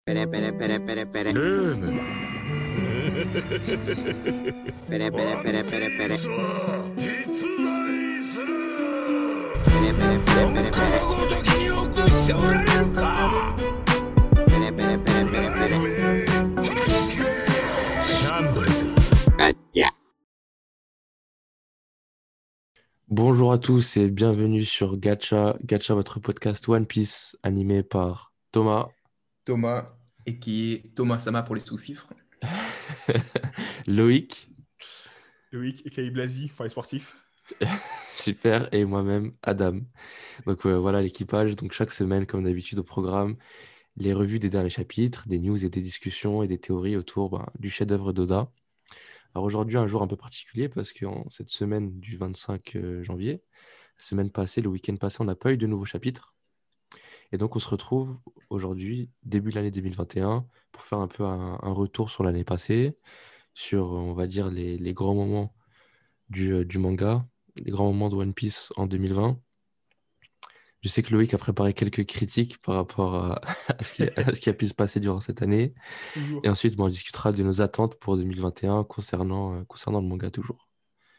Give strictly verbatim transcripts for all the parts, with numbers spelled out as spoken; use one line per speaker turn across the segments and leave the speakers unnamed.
ペレペレペレペレペレ。
ルーム
ペレペレペレペレペレ。
実在する
ペレペレペレペレペレ。
ごときによくしておられるか
ペレペレペレペレペレ。
シャンブルズ。
ガチャ。
Bonjour à tous et bienvenue sur Gacha, Gacha, votre podcast One Piece animé par Thomas,
Thomas, et qui est Thomas Sama pour les sous-fifres.
Loïc,
Loïc et Kay Blasi pour les sportifs.
super, et moi-même, Adam. Donc euh, voilà l'équipage. Donc chaque semaine, comme d'habitude au programme, les revues des derniers chapitres, des news et des discussions et des théories autour ben, du chef-d'œuvre d'Oda. Alors aujourd'hui, un jour un peu particulier parce que en cette semaine du vingt-cinq janvier, la semaine passée, le week-end passé, on n'a pas eu de nouveaux chapitres. Et donc on se retrouve aujourd'hui, début de l'année deux mille vingt et un, pour faire un peu un, un retour sur l'année passée, sur, on va dire, les, les grands moments du, euh, du manga, les grands moments de One Piece en deux mille vingt. Je sais que Loïc a préparé quelques critiques par rapport à, à, ce, qui, à ce qui a pu se passer durant cette année.
Toujours.
Et ensuite, bon, on discutera de nos attentes pour deux mille vingt et un concernant, euh, concernant le manga toujours.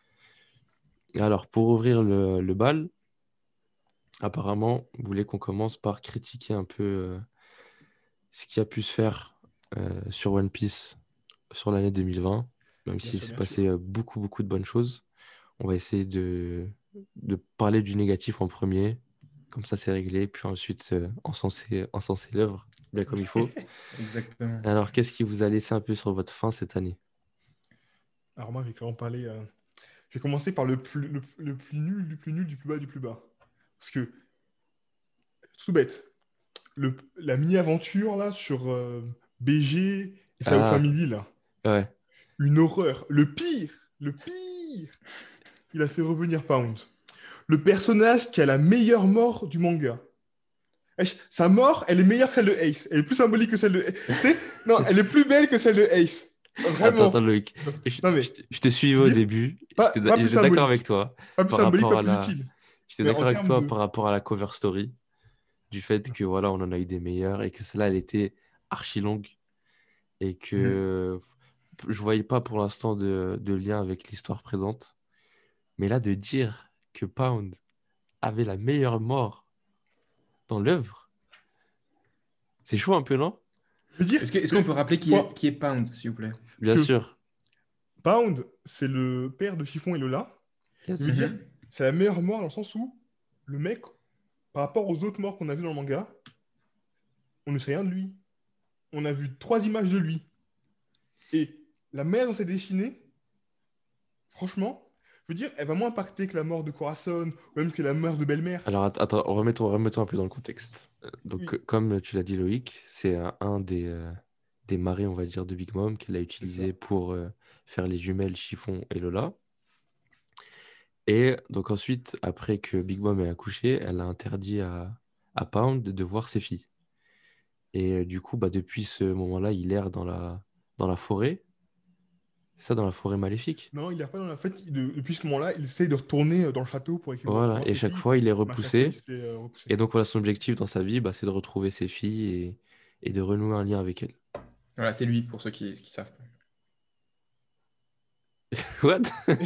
Et alors, pour ouvrir le, le bal, apparemment, vous voulez qu'on commence par critiquer un peu euh, ce qui a pu se faire euh, sur One Piece sur l'année deux mille vingt, même
Bien
s'il
sûr,
s'est
bien
passé euh, beaucoup, beaucoup de bonnes choses. On va essayer de, de parler du négatif en premier, comme ça c'est réglé, puis ensuite euh, encenser, encenser l'œuvre, bien comme il faut.
Exactement.
Alors, qu'est-ce qui vous a laissé un peu sur votre faim cette année?
Alors moi, je vais quand même parler. euh, Je vais commencer par le plus, le, le plus nul, du plus nul, du plus bas, du plus bas. Parce que, tout bête, le, la mini-aventure là sur euh, B G et sa
Ah.
famille là,
Ouais,
une horreur. Le pire, le pire, il a fait revenir Pound. Le personnage qui a la meilleure mort du manga. Wesh, sa mort, elle est meilleure que celle de Ace. Elle est plus symbolique que celle de. Tu sais, non, elle est plus belle que celle de Ace. Vraiment.
attends, attends, Loïc. Je,
Non mais,
je te- je te suivais au
dis-
début,
pas,
j'étais
pas
d'a-
plus
j'étais d'accord
symbolique.
avec toi
Pas plus
par
symbolique,
rapport
pas
à
plus
la...
utile.
J'étais
Mais en
d'accord avec
termes
toi
de-
par rapport à la cover story, du fait que voilà, on en a eu des meilleures et que celle-là, elle était archi longue et que je voyais pas pour l'instant de, de lien avec l'histoire présente. Mais là, de dire que Pound avait la meilleure mort dans l'œuvre, c'est chaud un peu, non?
Je veux dire,
Est-ce que- est-ce qu'on peut rappeler qui
Quoi
est, qui est Pound, s'il vous plaît?
Bien
que-
sûr.
Pound, c'est le père de Chiffon et Lola.
Yes.
Je veux dire,
Mhm.
c'est la meilleure mort dans le sens où le mec, par rapport aux autres morts qu'on a vues dans le manga, on ne sait rien de lui. On a vu trois images de lui. Et la manière dont c'est dessiné, franchement, je veux dire, elle va moins impacter que la mort de Corazon, ou même que la mort de belle-mère.
Alors, att- attends, remettons, remettons un peu dans le contexte. Euh, Donc,
Oui.
euh, comme tu l'as dit, Loïc, c'est un, un des, euh, des maris, on va dire, de Big Mom qu'elle a utilisé pour euh, faire les jumelles Chiffon et Lola. Et donc ensuite, après que Big Mom ait accouché, elle a interdit à, à Pound de voir ses filles. Et euh, du coup, bah, depuis ce moment-là, il erre dans la, dans la forêt. C'est ça, dans la forêt maléfique.
Non, il n'est pas dans la fête. De- depuis ce moment-là, il essaye de retourner euh, dans le château pour récupérer
Voilà,
voir
et
ses
chaque
filles,
fois, il est
mais à chaque fois,
repoussé.
il se fait, euh, repousser.
Et donc, voilà, son objectif dans sa vie, bah, c'est de retrouver ses filles et, et de renouer un lien avec elles.
Voilà, c'est lui, pour ceux qui, qui savent.
What?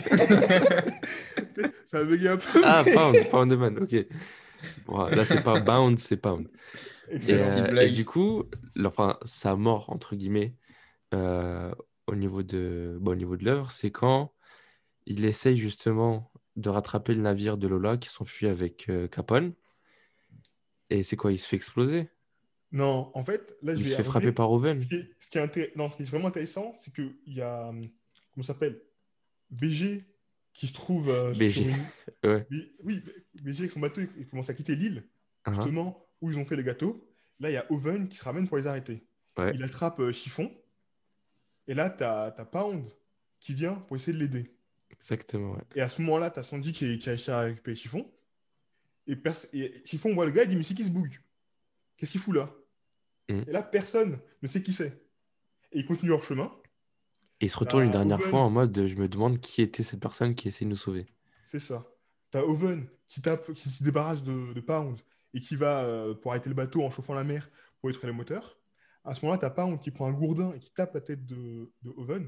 Ça a bugué un peu.
Ah,
mais-
Pound, Pound the Man, ok. Bon, là, c'est pas Bound, c'est Pound. Et,
Excellent.
Petite
euh,
blague.
et du coup, le- enfin, sa mort, entre guillemets, euh, au niveau de, bon, au niveau de l'œuvre, c'est quand il essaye justement de rattraper le navire de Lola qui s'enfuit avec euh, Capone. Et c'est quoi? Il se fait exploser.
Non, en fait, là, je
Il
vais
se fait
revenir.
frapper par
Ce
Oven.
qui est, ce qui est intér- non, ce qui est vraiment intéressant, c'est qu'il y a, hum, comment ça s'appelle, B G qui se trouve euh,
B G.
sur une...
Ouais.
B- Oui, B G avec son bateau, il il commence à quitter l'île,
Hein.
justement, où ils ont fait les gâteaux. Là, il y a Oven qui se ramène pour les arrêter.
Ouais.
Il attrape euh, Chiffon, et là, tu as Pound qui vient pour essayer de l'aider.
Exactement, ouais.
Et à ce moment-là, tu as Sandy qui, qui a réussi à récupérer Chiffon, et, pers- et Chiffon voit le gars, il dit, mais c'est qui ce bouge? Qu'est-ce qu'il fout là?
Mm.
Et là, personne ne sait qui c'est. Et ils continuent leur chemin.
Et il se retourne une
T'as
dernière
Oven.
fois en mode euh, je me demande qui était cette personne qui essaie de nous sauver.
C'est ça. T'as Oven qui tape, qui se débarrasse de, de Pound et qui va euh, pour arrêter le bateau en chauffant la mer pour détruire les moteurs. À ce moment-là, t'as Pound qui prend un gourdin et qui tape la tête de, de Owen.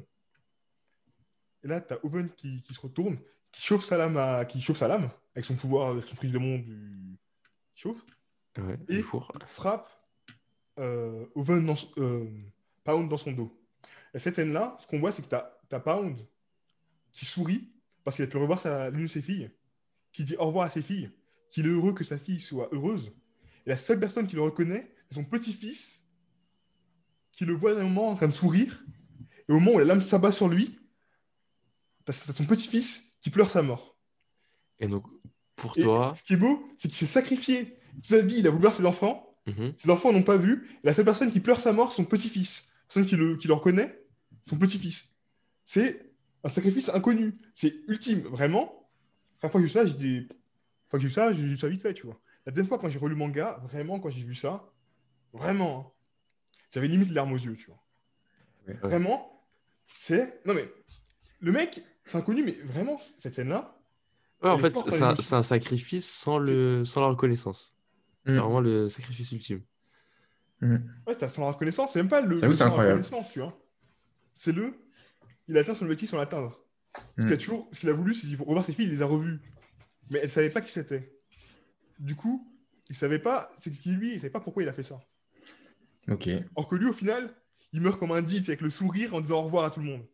Et là, t'as Owen qui, qui se retourne, qui chauffe sa lame, à, qui chauffe sa lame avec son pouvoir, avec son prise de monde du qui chauffe,
Ouais,
et
du four.
frappe euh, Owen dans, son- euh, Pound dans son dos. Et cette scène-là, ce qu'on voit, c'est que t'as as Pound qui sourit parce qu'il a pu revoir sa, l'une de ses filles, qui dit au revoir à ses filles, qu'il est heureux que sa fille soit heureuse. Et la seule personne qui le reconnaît, c'est son petit-fils, qui le voit à un moment en train de sourire. Et au moment où la lame s'abat sur lui, t'as t'as son petit-fils qui pleure sa mort.
Et donc, pour
Et
toi,
ce qui est beau, c'est qu'il s'est sacrifié toute sa vie, il a voulu voir ses enfants.
mhm,
Ses enfants n'ont pas vu. Et la seule personne qui pleure sa mort, c'est son petit-fils. La personne qui le, qui le reconnaît, son petit-fils. C'est un sacrifice inconnu. C'est ultime, vraiment. La première fois que j'ai vu ça, j'ai dit... La fois que j'ai vu ça, j'ai vu ça vite fait, tu vois. La deuxième fois, quand j'ai relu le manga, vraiment, quand j'ai vu ça, vraiment, hein, j'avais limite les larmes aux yeux, tu vois.
Ouais.
Vraiment, c'est... Non mais, le mec, c'est inconnu, mais vraiment, cette scène-là,
ouais, en
elle est
fait,
forte,
c'est
elle
un,
émotion.
c'est un sacrifice sans, le, sans la reconnaissance. C'est
Mm.
vraiment le sacrifice ultime.
Mm.
Ouais, t'as son reconnaissance, c'est même pas le,
J'avoue,
le
c'est
sans
incroyable.
reconnaissance, tu vois. C'est le... Il atteint son objectif sans l'atteindre. Ce qu'il a
Mm.
toujours... Ce qu'il a voulu, c'est revoir ses filles, il les a revues. Mais elle savait pas qui c'était. Du coup, il savait pas... C'est ce qui lui, il savait pas pourquoi il a fait ça.
Ok.
Or que lui, au final, il meurt comme un dit, avec le sourire, en disant au revoir à tout le monde.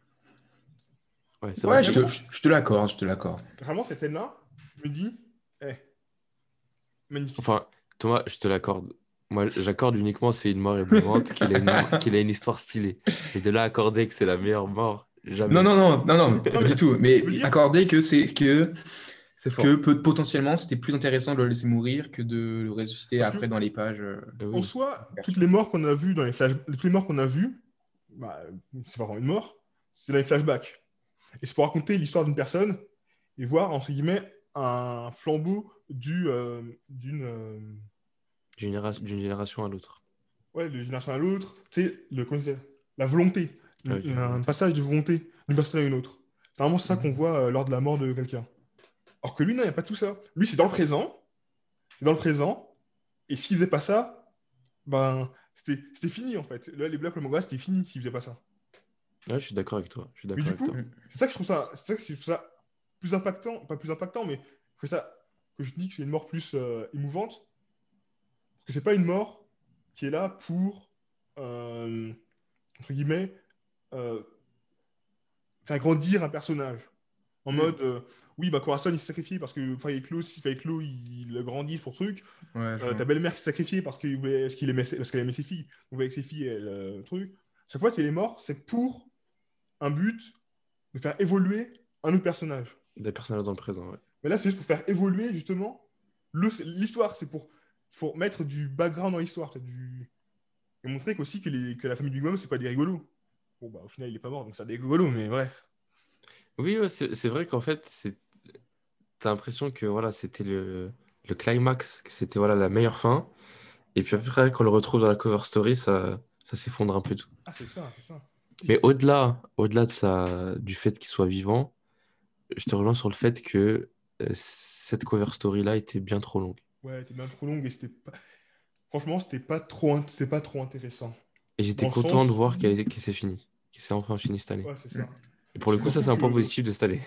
Ouais, c'est vrai
Ouais, je
que
te, je, je te l'accorde, je te l'accorde.
Vraiment, cette scène-là, je me dis, eh, magnifique.
Enfin, Thomas, je te l'accorde. Moi, j'accorde uniquement c'est une mort émouvante, qu'il a une, qu'il a une histoire stylée. Mais de là à accorder que c'est la meilleure mort, jamais.
Non, non, non, non, non,
Non,
pas
mais
du tout. Mais
je veux dire-
accorder que c'est que,
C'est fort.
que peut- potentiellement c'était plus intéressant de le laisser mourir que de le ressusciter
Parce que-
après dans les pages. euh.
Euh,
En
oui.
soi, toutes les morts qu'on a vues dans les flash... toutes les morts qu'on a vues, bah, c'est pas vraiment une mort, c'est dans les flashbacks. Et c'est pour raconter l'histoire d'une personne et voir, entre guillemets, un flambeau du, euh, d'une... euh,
D'une génération, d'une génération à l'autre.
ouais, de génération à l'autre, tu sais, le, comment dire, la volonté,
Ouais,
un,
d'une
un
volonté.
passage de volonté d'une personne à une autre. C'est vraiment ça qu'on voit euh, lors de la mort de quelqu'un. Alors que lui, non, il n'y a pas tout ça. Lui, c'est dans le présent, c'est dans le présent, et s'il faisait pas ça, ben, c'était c'était fini, en fait. Là, les blocs, le manga, c'était fini s'il faisait pas ça.
Ouais, je suis d'accord avec toi. Je suis
Mais
d'accord
du
avec
coup,
toi.
c'est ça que je trouve ça, c'est ça que je trouve ça plus impactant, pas plus impactant, mais que ça, que je dis que c'est une mort plus euh, émouvante, parce que c'est pas une mort qui est là pour, euh, entre guillemets, euh, faire grandir un personnage. En
Mm.
mode, euh, oui, bah Corazon, il s'est sacrifié parce que fallait que Flo, s'il fallait que Flo, il, il le grandisse pour truc.
Ouais, je
Euh,
vois.
ta belle-mère qui s'est sacrifiée parce qu'il voulait, parce qu'il aimait, ses- parce qu'elle aimait ses filles. Donc avec ses filles, elle, euh, truc. Chaque fois qu'il est mort, c'est pour un but de faire évoluer un autre personnage.
Des personnages dans le présent, ouais.
Mais là, c'est juste pour faire évoluer, justement, le- l'histoire. C'est pour, pour mettre du background dans l'histoire. t'as Du... Et montrer qu'aussi que, les, que la famille Big Mom, c'est pas des rigolos. Bon, bah, au final, il est pas mort, donc c'est des rigolos, mais bref.
Oui, ouais, c'est c'est vrai qu'en fait, c'est... t'as l'impression que voilà, c'était le, le climax, que c'était voilà, la meilleure fin. Et puis après, quand on le retrouve dans la cover story, ça, ça s'effondre un peu tout.
Ah, c'est ça, c'est ça.
Mais au-delà, au-delà de ça, du fait qu'il soit vivant, je te rejoins sur le fait que euh, cette cover story-là était bien trop longue.
Ouais, t'es bien trop longue et c'était pas... Franchement, c'était pas trop, int- c'était pas trop intéressant.
Et
Dans
j'étais
le
content
sens
de
où-
voir qu'elle qu'elle s'est finie, qu'elle s'est enfin finie cette année.
Ouais, c'est ça.
Et pour le coup, ça, c'est un point positif de cette année.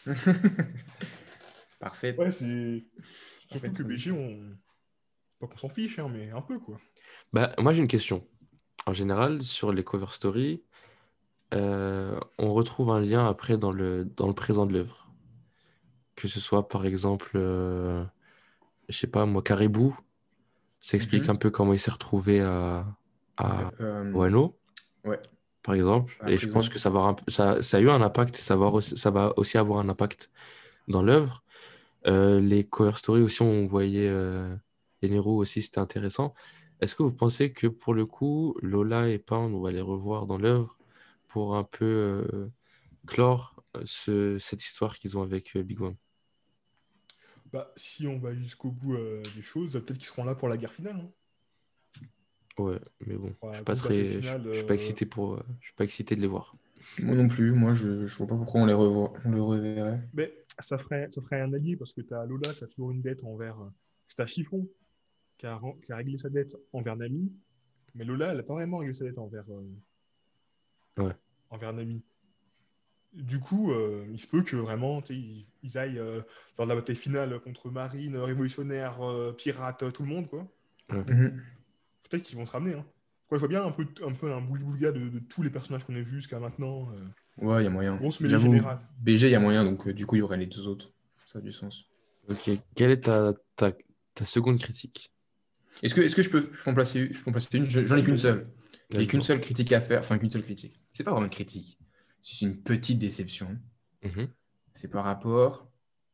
Parfait.
Ouais, c'est... Surtout
Parfait,
que B G,
transition.
on... Pas qu'on s'en fiche, hein, mais un peu, quoi.
Bah, moi, j'ai une question. En général, sur les cover stories, euh, on retrouve un lien après dans le, dans le présent de l'œuvre. Que ce soit, par exemple, euh, je sais pas, moi, Caribou, ça explique
Mhm.
un peu comment il s'est retrouvé à, à
Euh,
Wano,
ouais.
par exemple.
À la
Et je pense
prison.
que ça va, avoir un- ça, ça a eu un impact, et ça va, aussi, ça va aussi avoir un impact dans l'œuvre. Euh, les cover stories aussi, on voyait euh, Eneru aussi, c'était intéressant. Est-ce que vous pensez que pour le coup, Lola et Pound, on va les revoir dans l'œuvre pour un peu euh, clore euh, ce- cette histoire qu'ils ont avec euh, Big Mom?
Bah, si on va jusqu'au bout euh, des choses, peut-être qu'ils seront là pour la guerre finale. Hein.
Ouais, mais bon,
Pour
je
la
suis pas
grosse bataille
très, je,
finale,
je suis pas
euh,
excité pour, euh, je suis pas excité de les voir.
Moi non plus. Moi, je, je vois pas pourquoi on les revoit, on le reverrait.
Mais ça ferait, ça ferait un allié parce que t'as Lola qui a toujours une dette envers. euh, T'as Chiffon qui a, ren- qui a réglé sa dette envers Nami. Mais Lola, elle a pas vraiment réglé sa dette envers, euh,
Ouais.
envers Nami. Du coup, euh, il se peut que vraiment, tu sais, ils, ils aillent euh, lors de la bataille finale contre Marine, euh, Révolutionnaire, euh, Pirate, euh, tout le monde, quoi.
Mhm.
Peut-être qu'ils vont se ramener, hein. Quoi, il faut bien un peu, un peu un bouli-boulga de, de tous les personnages qu'on a vus jusqu'à maintenant. euh,
Ouais, il y a moyen.
Grosse mêlée
J'avoue,
générale.
B G, il y a moyen, donc euh, du coup, il y aurait les deux autres. Ça a du sens.
Ok. Quelle est ta, ta, ta seconde critique?
Est-ce que, est-ce que je peux, je peux en placer, je peux en placer une? Je- J'en ai qu'une seule. J'ai
Vas-y,
qu'une
dis-moi.
seule critique à faire. Enfin, qu'une seule critique. C'est pas vraiment une critique. C'est une petite déception.
Mhm.
C'est par rapport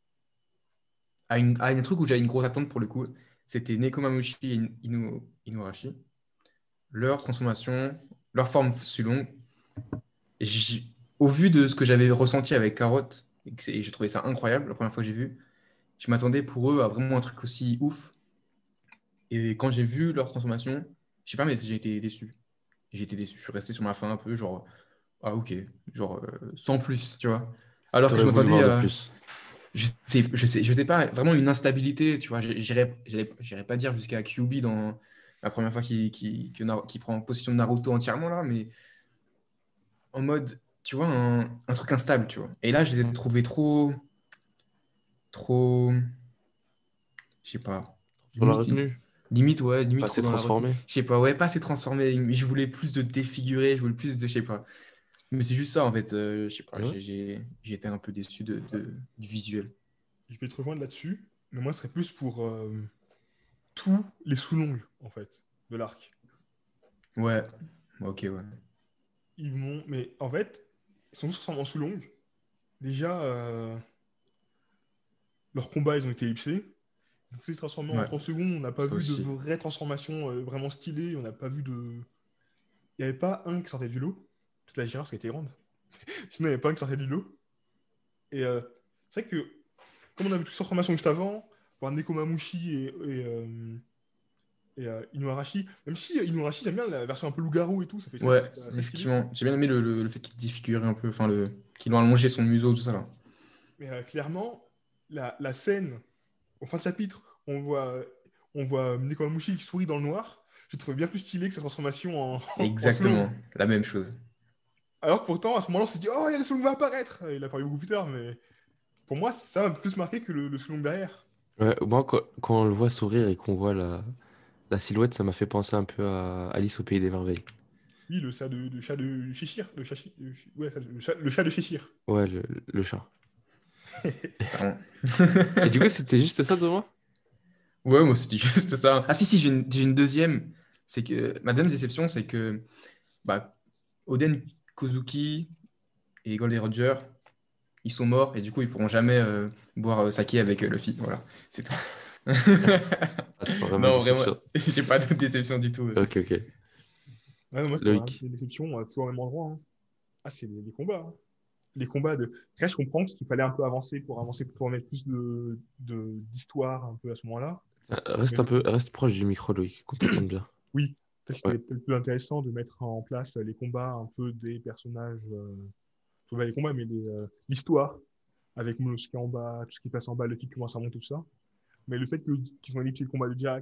à, une, à un truc où j'avais une grosse attente pour le coup. C'était Nekomamushi et Inu, Inuarashi. Leur transformation, leur forme Sulong. Et j'ai- au vu de ce que j'avais ressenti avec Carotte, et que c'est- et j'ai trouvé ça incroyable la première fois que j'ai vu, je m'attendais pour eux à vraiment un truc aussi ouf. Et quand j'ai vu leur transformation, je sais pas, mais j'ai été déçu. J'ai été déçu. Je suis resté sur ma faim un peu, genre, ah ok, genre, euh, sans plus, tu vois. Alors que je
T'aurais voulu
m'attendais
voir de
à,
plus.
je sais, je sais, je sais pas, vraiment une instabilité, tu vois. J'- J'irais j'irais- j'irais pas dire jusqu'à Kyuubi dans la première fois qu'il qu'il- que Nar- qu'il prend possession de Naruto entièrement, là, mais en mode, tu vois, un, un truc instable, tu vois. Et là, je les ai trouvés trop, trop, je sais pas,
Sur la
limite,
retenue,
limite, ouais, limite
pas
trop
assez
dans la retenue.
transformé.
Je sais pas, ouais, pas assez transformé. Mais je voulais plus de défiguré, je voulais plus de, je sais pas. Mais c'est juste ça, en fait. euh, je sais pas,
Ouais.
j'ai j'ai- j'ai été un peu déçu de, de- du visuel.
Je vais te rejoindre là-dessus, mais moi, ce serait plus pour euh, tous les sous-longs, en fait, de l'arc.
Ouais, ok, ouais.
Ils m'ont... Mais en fait, ils sont tous ressemblants en sous-longs. Déjà, euh, leurs combats, ils ont été ellipsés. Ils ont tous été transformés en
Ouais,
trente secondes. On n'a pas
ça
vu de
aussi.
vraies transformations euh, vraiment stylées. On n'a pas vu de... Il n'y avait pas un qui sortait du lot. Toute la girafe, ça a été grande. Sinon, il n'y avait pas un qui sortait du lot. Et euh, c'est vrai que, comme on a vu toutes ces transformations juste avant, voir Nekomamushi et, et, euh, et euh, Inuarashi, même si euh, Inuarashi, j'aime bien la version un peu loup-garou et tout, ça fait ça,
Ouais,
c'est très stylé.
effectivement. J'ai bien aimé le, le, le fait qu'il défigure un peu, enfin, le, qu'ils ont allongé son museau, tout ça, là.
Mais euh, clairement, la, la scène, au fin de chapitre, on voit, on voit Nekomamushi qui sourit dans le noir. Je trouvais bien plus stylé que sa transformation en, en Slow.
Exactement, la même chose.
Alors que pourtant, à ce moment-là, on s'est dit, oh, il y a le Slow va apparaître. Il a apparu beaucoup plus tard, mais pour moi, ça m'a plus marqué que le, le Slow derrière.
Ouais, moi, quand, quand on le voit sourire et qu'on voit la, la silhouette, ça m'a fait penser un peu à Alice au Pays des Merveilles.
Oui, le, chat de, le chat de Cheshire. Le chat, de- ouais, ça, le chat, le chat de Cheshire.
Ouais, le, le chat.
Pardon.
Et du coup, c'était juste ça, Thomas?
Ouais, moi, c'était juste ça. Ah, si, si, j'ai une, j'ai une deuxième. C'est que ma deuxième déception, c'est que bah, Oden Kozuki et Goldie Roger, ils sont morts et du coup, ils pourront jamais euh, boire euh, saké avec euh, Luffy. Voilà, c'est tout.
Ah, c'est pas vraiment une
Non, vraiment,
déception.
j'ai pas de déception du tout.
Ok, ok.
Ouais, non, moi, c'était vraiment
Loïc.
une déception, euh, toujours au même endroit, hein. Ah, c'est les, les combats, hein. Les combats de. Après, je comprends parce qu'il fallait un peu avancer pour avancer, pour mettre plus de, de- d'histoire un peu à ce moment-là.
Euh,
Mais
Reste un
le-
peu, reste proche du micro, Loïc, qu'on t'entende bien.
oui, peut-être que
Ouais.
c'était peut-être plus intéressant de mettre en place euh, les combats un peu des personnages. Euh... Pas les combats, mais les, euh, l'histoire avec Monosuke en bas, tout ce qui passe en bas, le qui commence à monter, tout ça. Mais le fait que- qu'ils ont ellipsé le combat de Jack,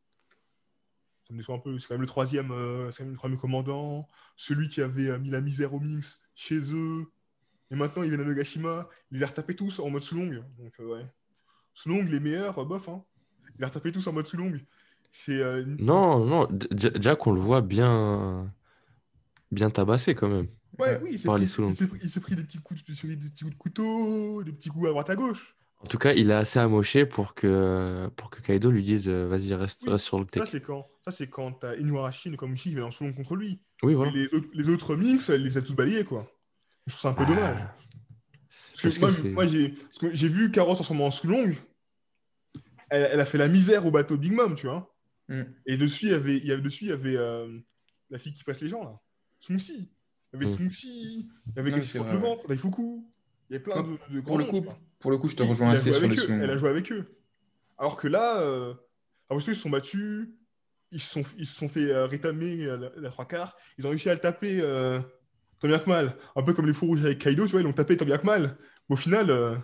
ça me déçoit un peu. C'est quand même le troisième, euh, c'est quand même le troisième commandant, celui qui avait euh, mis la misère au Minx chez eux. Et maintenant, ils viennent à Nagashima, ils les retapent tous en mode Sulong. Donc, euh, ouais. Sulong, les meilleurs, euh, bof, hein. Ils les retapent tous en mode Sulong. C'est. euh, une-
Non, non, D- J- Jack, on le voit bien, bien tabassé quand même
Ouais, oui, il s'est
par les
pris, il
Soulongs.
s'est pris, il s'est pris des petits coups de, sur des petits coups de couteau, des petits coups à droite à gauche.
En tout cas, il est assez amoché pour que, pour que Kaido lui dise euh, vas-y, reste,
Oui,
reste sur le
ça
tech.
c'est quand, ça c'est quand t'as Inuarashi et Nakamushi qui viennent en Sulong contre lui.
Oui,
Mais
voilà.
les autres, les autres Minx, elle les a tous balayés, quoi. Je trouve ça un peu dommage.
Ah, c'est
Parce
parce
que
que
moi,
c'est.
moi j'ai, parce que j'ai vu Carrosse en ce moment en Sulong, elle, elle a fait la misère au bateau Big Mom, tu vois.
Mm.
Et dessus, il y avait, il y avait, dessus, il y avait euh, la fille qui passe les gens, là. Smoothie. Il y avait
Mm.
Smoothie, il y avait
Non,
quelqu'un
mais
qui
c'est
porte
vrai,
le
ouais.
ventre, Daifuku. Il y avait plein
Non,
de, de
Pour
grands
le
noms,
coup,
tu vois.
pour le coup, je te
Oui,
rejoins
il a
assez
joué
sur les
avec eux,
sous.
elle a joué avec eux. Alors que là, euh, après ils se sont battus, ils se sont, ils se sont fait euh, rétamer à la, la trois quarts, ils ont réussi à le taper euh, tant bien que mal. Un peu comme les fous rouges avec Kaido, tu vois, ils l'ont tapé tant bien que mal. Mais au final, euh,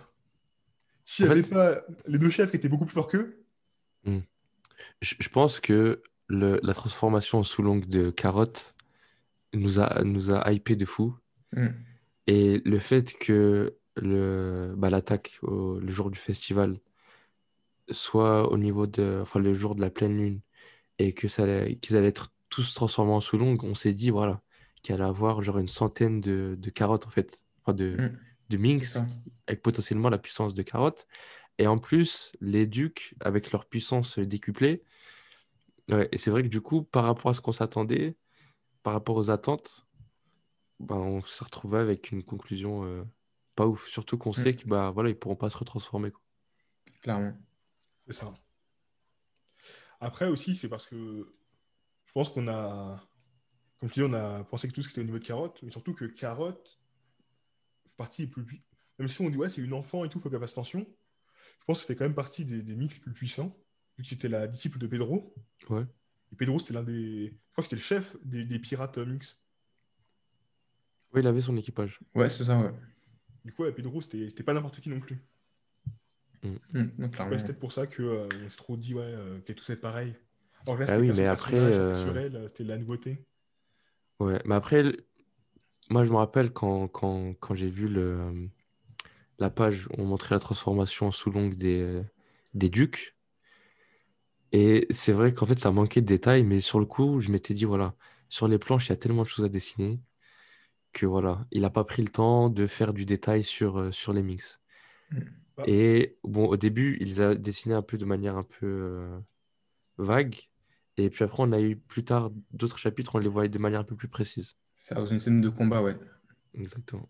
s'il
En
n'y avait
fait,
pas les deux chefs qui étaient beaucoup plus forts qu'eux,
hmm, je, je pense que le, la transformation sous l'ongle de Carotte nous a, nous a hypé de fou.
Mm.
Et le fait que le, bah, l'attaque au- le jour du festival soit au niveau de, enfin, le jour de la pleine lune et que ça allait- qu'ils allaient être tous transformés en sous l'ongle, on s'est dit, voilà, qu'il allait avoir genre une centaine de, de carottes, en fait, enfin, de,
Mm.
de
C'est
minx
ça.
avec potentiellement la puissance de carottes. Et en plus, les ducs, avec leur puissance décuplée, ouais, et c'est vrai que du coup, par rapport à ce qu'on s'attendait, par rapport aux attentes, bah, on s'est retrouvé avec une conclusion euh, pas ouf. Surtout qu'on sait
Mm.
que bah voilà, ils pourront pas se retransformer, quoi.
Clairement.
C'est ça. Après aussi, c'est parce que je pense qu'on a, comme tu dis, on a pensé que tout ce qui était au niveau de Carotte, mais surtout que Carotte fait partie des plus puissants. Même si on dit, ouais, c'est une enfant et tout, faut qu'elle fasse attention. Je pense que c'était quand même partie des, des mix les plus puissants, vu que c'était la disciple de Pedro.
Ouais.
Et Pedro, c'était l'un des. Je crois que c'était le chef des, des pirates euh, mix.
Oui, il avait son équipage.
Ouais, c'est ça, ouais.
Du coup, ouais, Pedro, c'était c'était pas n'importe qui non plus.
Mm. Donc,
Donc, ouais,
clairement.
c'est peut-être pour ça que, euh, on s'est trop dit, ouais, euh, qu'elle tous être pareil. Alors que là,
Ah
c'était
oui,
qu'un
mais
seul
après,
personnage, en plus
euh,
sur elle, euh, c'était la nouveauté.
ouais. Mais après, le- moi je me rappelle quand, quand, quand j'ai vu le, la page où on montrait la transformation sous l'ongle des, euh, des ducs. Et c'est vrai qu'en fait, ça manquait de détails, mais sur le coup, je m'étais dit, voilà, sur les planches, il y a tellement de choses à dessiner que voilà, il n'a pas pris le temps de faire du détail sur, euh, sur les mix.
Mm.
Bah,
Et bon, au début, il les a dessinés un peu de manière un peu euh, vague. Et puis après, on a eu plus tard d'autres chapitres, on les voyait de manière un peu plus précise.
Ça, dans une scène de combat, ouais.
Exactement.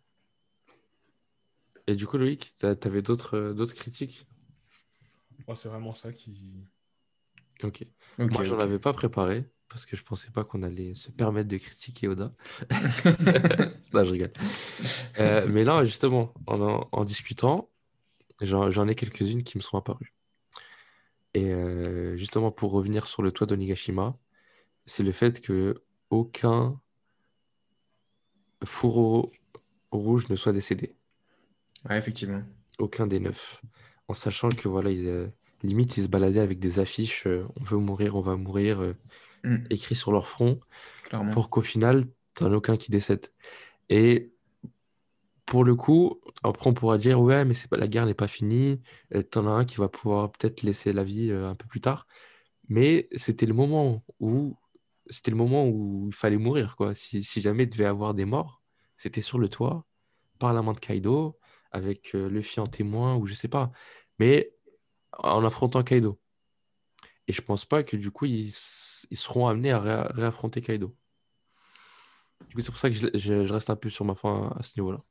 Et du coup, Loïc, t'a- t'avais d'autres euh, d'autres critiques?
ouais, c'est vraiment ça qui.
Ok.
Ok,
Moi, j'en
ok.
avais pas préparé parce que je pensais pas qu'on allait se permettre de critiquer Oda. Non, je rigole. Euh, mais là, justement, en, en, en discutant, j'en j'en ai quelques-unes qui me sont apparues. Et euh, justement, pour revenir sur le toit d'Onigashima, c'est le fait que aucun fourreau rouge ne soit décédé.
Ouais, effectivement.
Aucun des neuf. En sachant que, voilà, ils, euh, limite, ils se baladaient avec des affiches euh, on veut mourir, on va mourir, euh,
Mm.
écrits sur leur front,
Clairement.
pour qu'au final, t'en as aucun qui décède. Et pour le coup, après, on pourra dire, ouais, mais c'est pas, la guerre n'est pas finie, euh, t'en as un qui va pouvoir peut-être laisser la vie euh, un peu plus tard. Mais c'était le moment où c'était le moment où il fallait mourir, quoi. Si, si jamais il devait y avoir des morts, c'était sur le toit, par la main de Kaido, avec euh, Luffy en témoin, ou je sais pas. Mais en affrontant Kaido. Et je pense pas que du coup, ils, s- ils seront amenés à ré- réaffronter Kaido. Du coup, c'est pour ça que je, je- je reste un peu sur ma fin à ce niveau-là.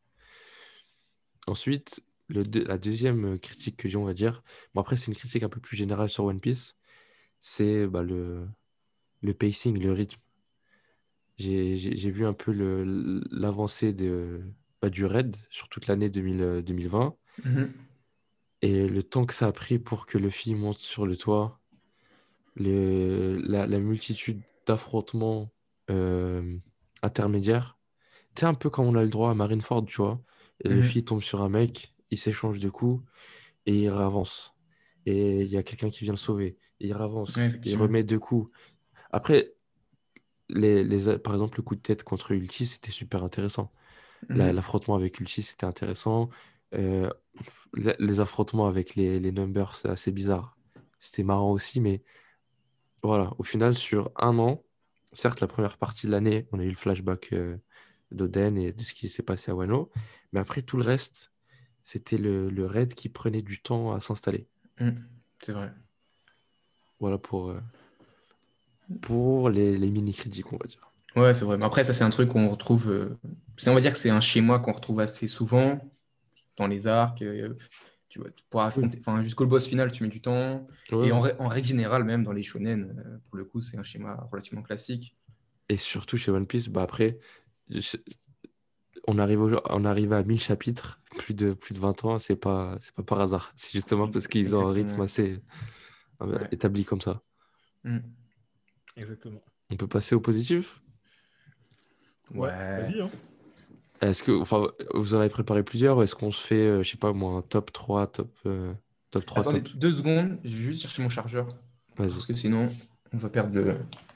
Ensuite, le deux- la deuxième critique que j'ai, on va dire, bon après, c'est une critique un peu plus générale sur One Piece, c'est bah, le, le pacing, le rythme. J'ai j'ai- j'ai vu un peu le- l'avancée de, bah, du raid sur toute l'année deux mille, euh, deux mille vingt
Mhm.
et le temps que ça a pris pour que Luffy monte sur le toit, le, la, la multitude d'affrontements euh, intermédiaires. C'est un peu comme on a le droit à Marineford, tu vois. Et Luffy
Mhm.
tombe sur un mec, il s'échange de coups et il avance. Et il y a quelqu'un qui vient le sauver. Et il
Ouais,
avance, il
effectivement.
remet deux coups. Après, les, les, par exemple, le coup de tête contre Ulti, c'était super intéressant. La-
Mhm.
L'affrontement avec Ulti, c'était intéressant. Euh, la- les affrontements avec les, les Numbers, c'est assez bizarre. C'était marrant aussi, mais voilà, au final, sur un an, certes, la première partie de l'année, on a eu le flashback euh, d'Oden et de ce qui s'est passé à Wano, mais après, tout le reste, c'était le, le raid qui prenait du temps à s'installer.
Mhm. C'est vrai.
Voilà pour, euh, pour les, les mini-critiques, on va dire.
Ouais, c'est vrai. Mais après, ça, c'est un truc qu'on retrouve. euh, c'est- On va dire que c'est un schéma qu'on retrouve assez souvent dans les arcs. euh, tu vois, pour
Oui,
affronter, enfin, jusqu'au boss final, tu mets du temps.
ouais,
Et en,
ouais.
rè- en règle générale, même dans les shonen, euh, pour le coup, c'est un schéma relativement classique.
Et surtout chez One Piece, bah après, je- on arrive, au- on arrive à mille chapitres, plus de, plus de vingt ans, c'est pas, c'est pas par hasard. C'est justement parce qu'ils ont un rythme
Exactement.
assez euh,
Ouais.
établi comme ça.
Mhm.
Exactement.
On peut passer au positif?
Ouais,
Ouais.
vas-y, hein.
Est-ce que, enfin, vous en avez préparé plusieurs ou est-ce qu'on se fait, euh, je sais pas moi, un top trois top, euh, top trois
Attendez
top?
deux secondes, je vais juste chercher mon chargeur.
Vas-y.
Parce que sinon. on va perdre le.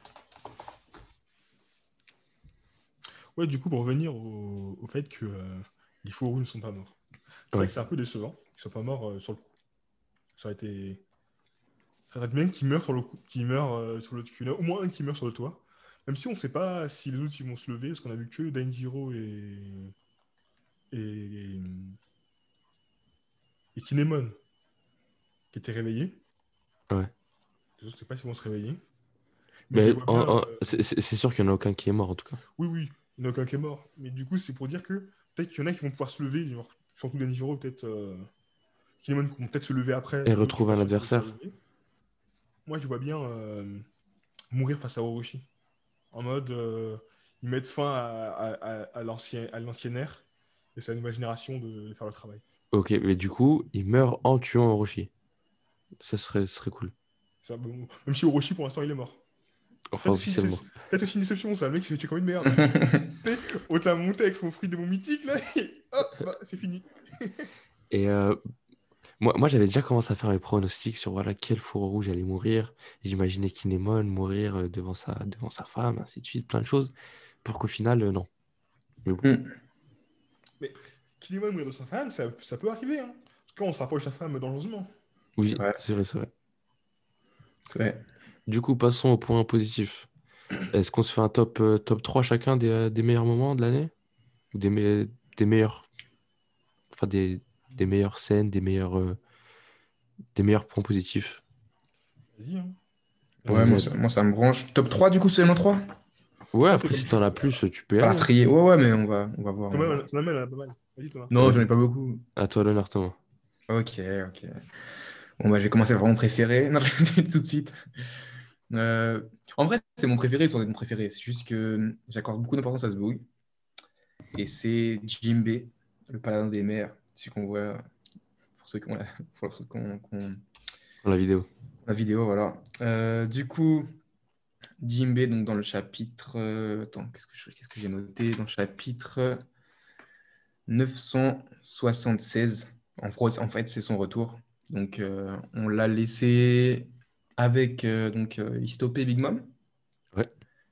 Ouais, du coup, pour revenir au, au fait que euh, les faux rouges ne sont pas morts. C'est vrai
Ouais.
que c'est un peu décevant qu'ils ne soient pas morts euh, sur le coup. Ça aurait été. Ça aurait été bien qu'ils meurent sur le coup, qu'ils meurent euh, sur le qu'il y en a au moins un qui meurt sur le toit. Même si on ne sait pas si les autres ils vont se lever, parce qu'on a vu que Dainjiro et. et. et Kinemon qui étaient réveillés.
Ouais.
Les autres, je ne sais pas s'ils vont se réveiller. Mais je les
Mais
vois
en-
bien.
en-
euh,
c'est c'est- c'est sûr qu'il n'y en a aucun qui est mort, en tout cas.
Oui, oui, il n'y en a aucun qui est mort. Mais du coup, c'est pour dire que peut-être qu'il y en a qui vont pouvoir se lever, genre, surtout Dainjiro, peut-être. Euh... Kinemon qui vont peut-être se lever après,
Et
mais l'autre, je suis
retrouver
pas
un
sûr qu'il va se
adversaire.
lever. Moi, je vois bien euh, mourir face à Orochi. En mode, euh, ils mettent fin à, à, à, à l'ancien, à l'ancienne ère, et c'est à la nouvelle génération de, de faire le travail.
Ok, mais du coup, il meurt en tuant Orochi. Ça serait, ce serait cool.
Ça, bon, même si Orochi, pour l'instant, il est mort. C'est
Enfin,
peut-être aussi, une
officiellement.
déce- peut-être aussi une déception, ça. Le mec, il s'est fait tuer comme une merde. Tu sais, on te l'a monté avec son fruit de mon mythique, là, et hop, bah, c'est fini.
Et euh, moi, moi j'avais déjà commencé à faire mes pronostics sur voilà, quel fourreau rouge allait mourir. J'imaginais Kinemon mourir euh, devant sa, devant sa femme, ainsi de suite, plein de choses. Pour qu'au final, euh, non. Mais bon.
Hmm.
Mais Kinemon mourir de sa femme, ça, ça peut arriver. Hein. Quand on se rapproche de sa femme dangereusement.
Oui,
C'est vrai.
c'est vrai, c'est vrai.
C'est vrai.
Du coup, passons au point positif. Est-ce qu'on se fait un top, euh, top trois chacun des, euh, des meilleurs moments de l'année? Ou des, me- des meilleurs, enfin des, des meilleures scènes, des meilleurs, euh, des meilleurs points positifs?
Vas-y, hein.
Ouais,
Vas-y,
moi
Ad.
ça, moi, ça me branche. Top trois du coup, seulement trois.
Ouais,
Ouais, fais
après,
comme
si
tu
t'en
veux.
as plus, tu peux y
Pas la
aller. Hein.
trier. Ouais, ouais, mais on va, on va voir.
T'en
On va voir.
as t'en as mal, pas mal. Vas-y, Thomas.
Non, j'en ai
Vas-y,
pas beaucoup.
à toi l'honneur, Thomas.
Ok, ok. Bon, bah, je vais commencer par mon préféré. Non, je vais tout de suite. Euh, En vrai, c'est mon préféré sans être mon préféré. C'est juste que j'accorde beaucoup d'importance à ce bug. Et c'est Jimbe, le paladin des mers. Celui qu'on voit pour ceux qui ont la, pour ceux qui ont- qui ont
Pour la vidéo.
la vidéo, voilà. Euh, du coup, Jimbe, donc dans le chapitre. euh, Attends, qu'est-ce que je- qu'est-ce que j'ai noté? Dans le chapitre neuf cent soixante-seize. En, fro- en fait, c'est son retour. Donc, euh, on l'a laissé avec. Euh, donc, euh, il stoppait Big Mom.
Ouais.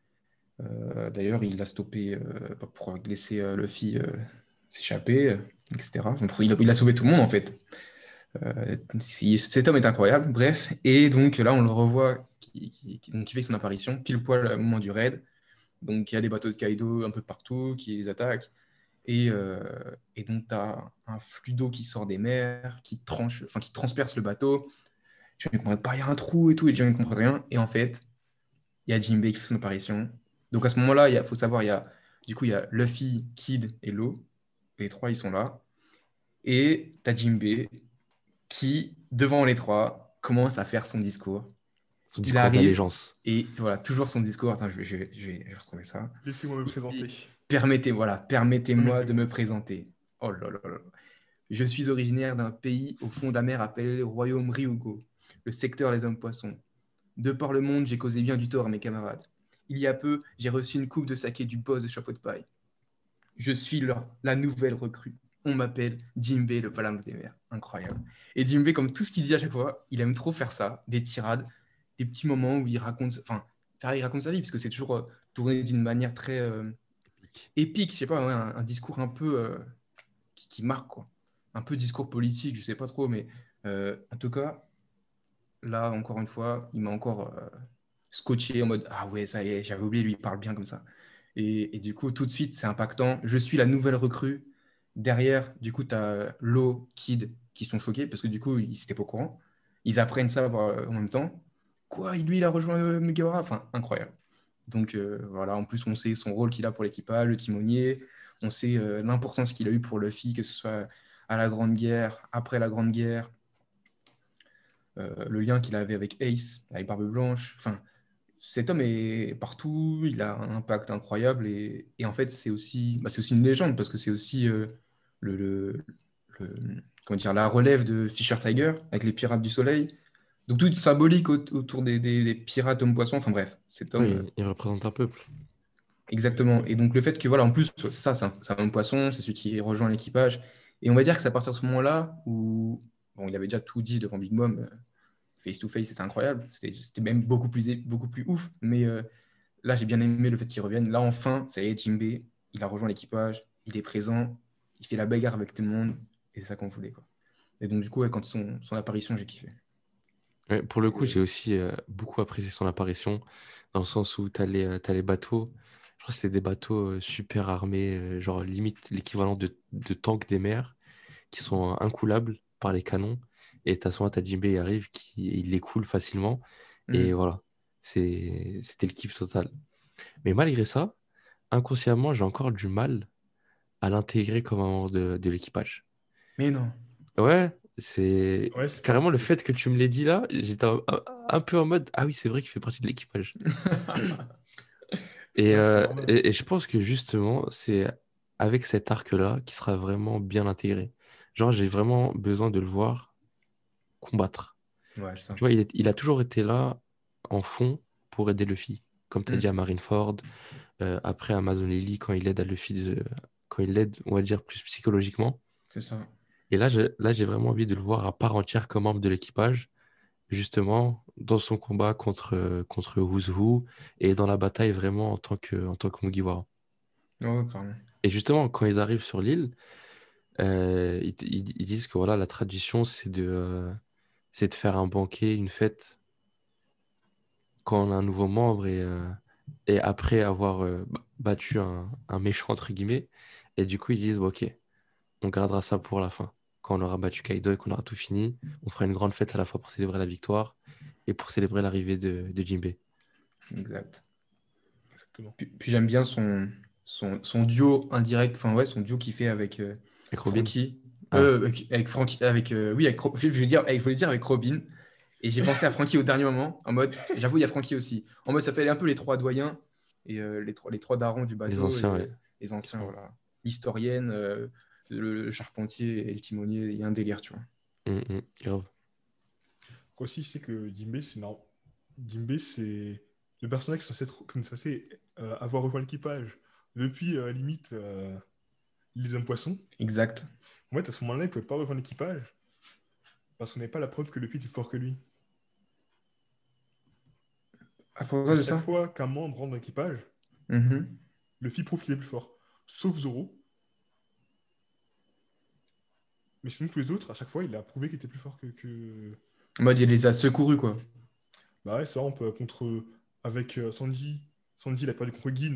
Euh, D'ailleurs, il l'a stoppé euh, pour laisser euh, Luffy euh, s'échapper, euh, et cetera. Donc, il, a, il a sauvé tout le monde, en fait. Euh, si- cet homme est incroyable. Bref. Et donc, là, on le revoit qui, qui, qui- donc, qui fait son apparition, pile poil au moment du raid. Donc, il y a des bateaux de Kaido un peu partout qui les attaquent. Et, euh, et donc, tu as un flux d'eau qui sort des mers, qui tranche, enfin, qui transperce le bateau. Je ne comprends pas, il y a un trou et tout, et les gens ne comprennent rien. Et en fait, il y a Jinbei qui fait son apparition. Donc, à ce moment-là, il faut savoir, il y a, du coup, il y a Luffy, Kid et Law. Les trois, ils sont là. Et tu as Jinbei qui, devant les trois, commence à faire son discours.
Son
Il
discours
arrive
d'allégeance.
et voilà, toujours son discours. Attends, je vais, je vais, je vais, je vais retrouver ça.
Laissez-moi me
Il
présenter.
dit, Permettez, voilà, permettez-moi de
Permettez-moi.
me présenter. Oh là là là. Je suis originaire d'un pays au fond de la mer appelé le royaume Ryugo, le secteur des hommes poissons. De par le monde, j'ai causé bien du tort à mes camarades. Il y a peu, j'ai reçu une coupe de saké du boss de Chapeau de Paille. Je suis leur- la nouvelle recrue. On m'appelle Jinbei, le paladin des mers. Incroyable. Et Jinbei, comme tout ce qu'il dit à chaque fois, il aime trop faire ça, des tirades, des petits moments où il raconte, enfin, il raconte sa vie, parce que c'est toujours euh, tourné d'une manière très euh, épique, je sais pas, ouais, un, un discours un peu euh, qui, qui marque, quoi. Un peu discours politique, je sais pas trop, mais euh, en tout cas, là, encore une fois, il m'a encore euh, scotché en mode ah ouais, ça y est, j'avais oublié, lui, il parle bien comme ça. Et, et du coup, tout de suite, c'est impactant. Je suis la nouvelle recrue. Derrière, du coup, tu as Lo, Kid qui sont choqués parce que du coup, ils n'étaient pas au courant. Ils apprennent ça euh, en même temps. Quoi, lui, il a rejoint euh, Megawara? Enfin, incroyable. Donc euh, voilà, en plus, on sait son rôle qu'il a pour l'équipage, le timonier. On sait euh, l'importance qu'il a eu pour Luffy, que ce soit à la Grande Guerre, après la Grande Guerre, euh, le lien qu'il avait avec Ace, avec Barbe Blanche. Enfin, cet homme est partout, il a un impact incroyable et, et en fait, c'est aussi, bah, c'est aussi une légende parce que c'est aussi euh, le, le- le- comment dire, la relève de Fisher Tiger avec les Pirates du Soleil. Donc, tout est symbolique au- autour des, des- des pirates hommes-poissons. Enfin, bref, cet homme, euh,
Oui, il représente un peuple.
exactement. Et donc, le fait que, voilà, en plus, ça, c'est un, c'est un homme-poisson, c'est celui qui rejoint l'équipage. Et on va dire que c'est à partir de ce moment-là où, bon, il avait déjà tout dit devant Big Mom. euh, face-to-face, c'était incroyable. C'était, c'était même beaucoup plus, beaucoup plus ouf. Mais euh, là, j'ai bien aimé le fait qu'il revienne. Là, enfin, ça y est, Jimbe, il a rejoint l'équipage, il est présent, il fait la bagarre avec tout le monde, et c'est ça qu'on voulait, quoi. Et donc, du coup, ouais, quand son, son apparition, j'ai kiffé.
Ouais, pour le coup,
Euh,
j'ai aussi euh, beaucoup apprécié son apparition, dans le sens où t'as les, euh, t'as les bateaux. Je crois que c'était des bateaux euh, super armés, euh, genre limite l'équivalent de, de tanks des mers, qui sont incoulables par les canons. Et t'as souvent, t'as Jinbei qui arrive, qui il les coule facilement. Et
hmm.
voilà, c'est, c'était le kiff total. Mais malgré ça, inconsciemment, j'ai encore du mal à l'intégrer comme un membre de, de l'équipage.
Mais non.
Ouais, c'est
Ouais, c'est
carrément le
particulier.
fait que tu me l'aies dit là, j'étais un, un- un peu en mode, ah oui, c'est vrai qu'il fait partie de l'équipage. Et,
Ouais, c'est
euh,
normal.
et, et je pense que justement, c'est avec cet arc-là qui sera vraiment bien intégré. Genre, j'ai vraiment besoin de le voir combattre.
Ouais, c'est ça.
Tu vois, il est- il a toujours été là en fond pour aider Luffy. Comme tu as dit
Hmm.
à Marineford, euh, après Amazon Lily, quand il aide à Luffy, de- quand il l'aide, on va dire, plus psychologiquement.
C'est ça.
Et là, je- là, j'ai vraiment envie de le voir à part entière comme membre de l'équipage, justement, dans son combat contre, euh, contre Who's Who et dans la bataille vraiment en tant que, en tant que Mugiwara.
Ouais, clairement.
Et justement, quand ils arrivent sur l'île, euh, ils, ils- ils disent que voilà, la tradition, c'est de, euh, c'est de faire un banquet, une fête quand on a un nouveau membre et, euh, et après avoir euh, ba- battu un, un méchant, entre guillemets. Et du coup, ils disent, bon, ok, on gardera ça pour la fin. Quand on aura battu Kaido et qu'on aura tout fini, on fera une grande fête à la fois pour célébrer la victoire et pour célébrer l'arrivée de, de Jinbei.
Exact.
Exactement.
Puis, puis j'aime bien son, son, son duo indirect, enfin ouais, son duo qu'il fait avec euh,
Avec Robin?
Frankie.
Ah,
Euh, avec, avec Frankie, avec, euh, oui, avec, Ro- je veux dire, avec- je voulais dire avec Robin. Et j'ai pensé à Frankie au dernier moment, en mode, j'avoue, il y a Frankie aussi. En mode, ça fait un peu les trois doyens et euh, les, trois, les trois darons du
les
bateau
anciens,
et
ouais.
euh, les anciens,
Clairement.
voilà. L'historienne, euh, le, le charpentier et le timonier, il y a un délire, tu vois.
Hum, hum, grave.
Aussi, je sais que Jinbei, c'est norm- Jinbei, c'est le personnage qui est censé, être- qui est censé, euh, avoir rejoint l'équipage depuis euh, limite euh, les hommes poissons.
Exact.
En fait, à ce moment-là, il ne pouvait pas rejoindre l'équipage parce qu'on n'avait pas la preuve que Luffy était plus fort que lui.
À propos
À
de
chaque
ça?
fois qu'un membre rentre dans l'équipage,
Mhm.
Luffy prouve qu'il est plus fort. Sauf Zoro. Mais sinon, tous les autres, à chaque fois, il a prouvé qu'il était plus fort que, que...
En mode, il les a secourus, quoi.
Bah ouais, ça, on peut contre... Avec euh, Sanji. Sanji, il a perdu contre Gin.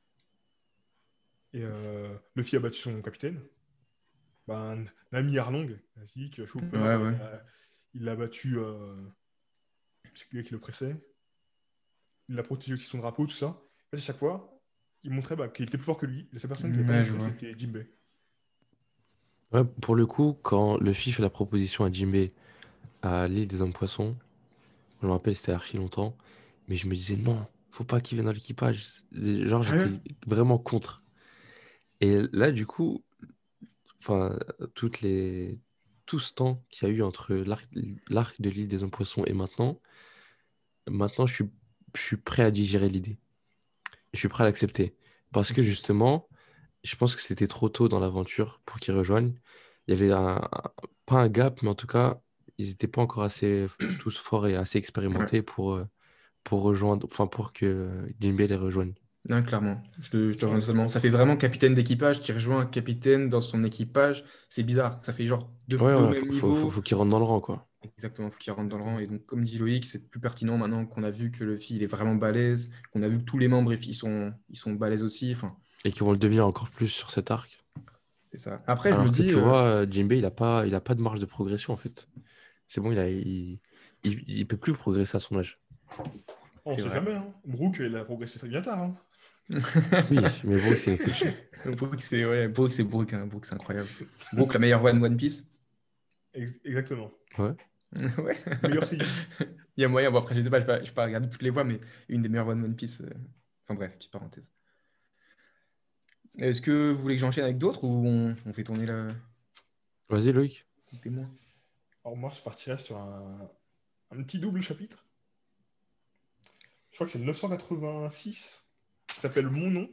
Et euh, Luffy a battu son capitaine. Bah, Nami Arlong, classique, Chopper,
Ouais,
euh,
ouais.
il a, il l'a battu... Euh... C'est lui qui le pressait. Il a protégé aussi son drapeau, tout ça. En fait, à chaque fois, il montrait bah, qu'il était plus fort que lui. La seule personne qui n'avait pas
Ouais, je
montré,
vois.
c'était Jinbei.
Ouais, pour le coup, quand Luffy fait la proposition à Jinbei à l'île des hommes poissons, je me rappelle, c'était archi longtemps, mais je me disais non, faut pas qu'il vienne dans l'équipage. Genre,
Sérieux?
j'étais vraiment contre. Et là, du coup, enfin, toutes les... tout ce temps qu'il y a eu entre l'arc l'arc de l'île des hommes poissons et maintenant, maintenant, je suis, je suis prêt à digérer l'idée. Je suis prêt à l'accepter. Parce que
Ok.
justement, je pense que c'était trop tôt dans l'aventure pour qu'ils rejoignent. Il y avait un, un- pas un gap, mais en tout cas, ils n'étaient pas encore assez tous forts et assez
Ouais.
expérimentés pour, euh, pour rejoindre, enfin pour que Jinbei les rejoigne.
Non, clairement. Je te, je te
Ça, on
rejoins
est
totalement.
d'accord.
Ça fait vraiment capitaine d'équipage qui rejoint un capitaine dans son équipage. C'est bizarre. Ça fait genre deux,
Ouais,
deux au
voilà,
même
faut, faut, faut,
niveau.
faut qu'ils rentrent dans le rang, quoi.
Exactement, faut qu'il rentre dans le rang.
Exactement.
Et donc, comme dit Loïc, c'est plus pertinent maintenant qu'on a vu que Luffy, il est vraiment balèze, qu'on a vu que tous les membres, ils sont, ils sont balèzes aussi. Enfin,
Et qu'ils vont le devenir encore plus sur cet arc.
c'est ça. Après, je me
Alors que
dis,
tu
euh,
vois, euh, Jinbei, il a pas, il a pas de marge de progression, en fait. C'est bon, il a, il, il, il peut plus progresser à son âge.
Oh, on
c'est
sait
vrai.
jamais, hein. Brook, il a progressé très bien tard, hein.
Oui, mais Brook, c'est une exception.
Brook, c'est ouais, Brook, c'est Brook, hein. Brook, c'est incroyable. Brook, la meilleure voix de One Piece.
Ex- exactement.
Ouais.
Ouais.
Meilleur seiyuu.
Il y a moyen. Bon, après, je sais pas, je ne vais pas regarder toutes les voix, mais une des meilleures voix de One Piece. euh, Enfin, bref, petite parenthèse. Est-ce que vous voulez que j'enchaîne avec d'autres ou on, on fait tourner le
Vas-y, Loïc.
le témoin?
Alors moi, je partirais sur un, un petit double chapitre. Je crois que c'est le neuf cent quatre-vingt-six, qui s'appelle Mon nom.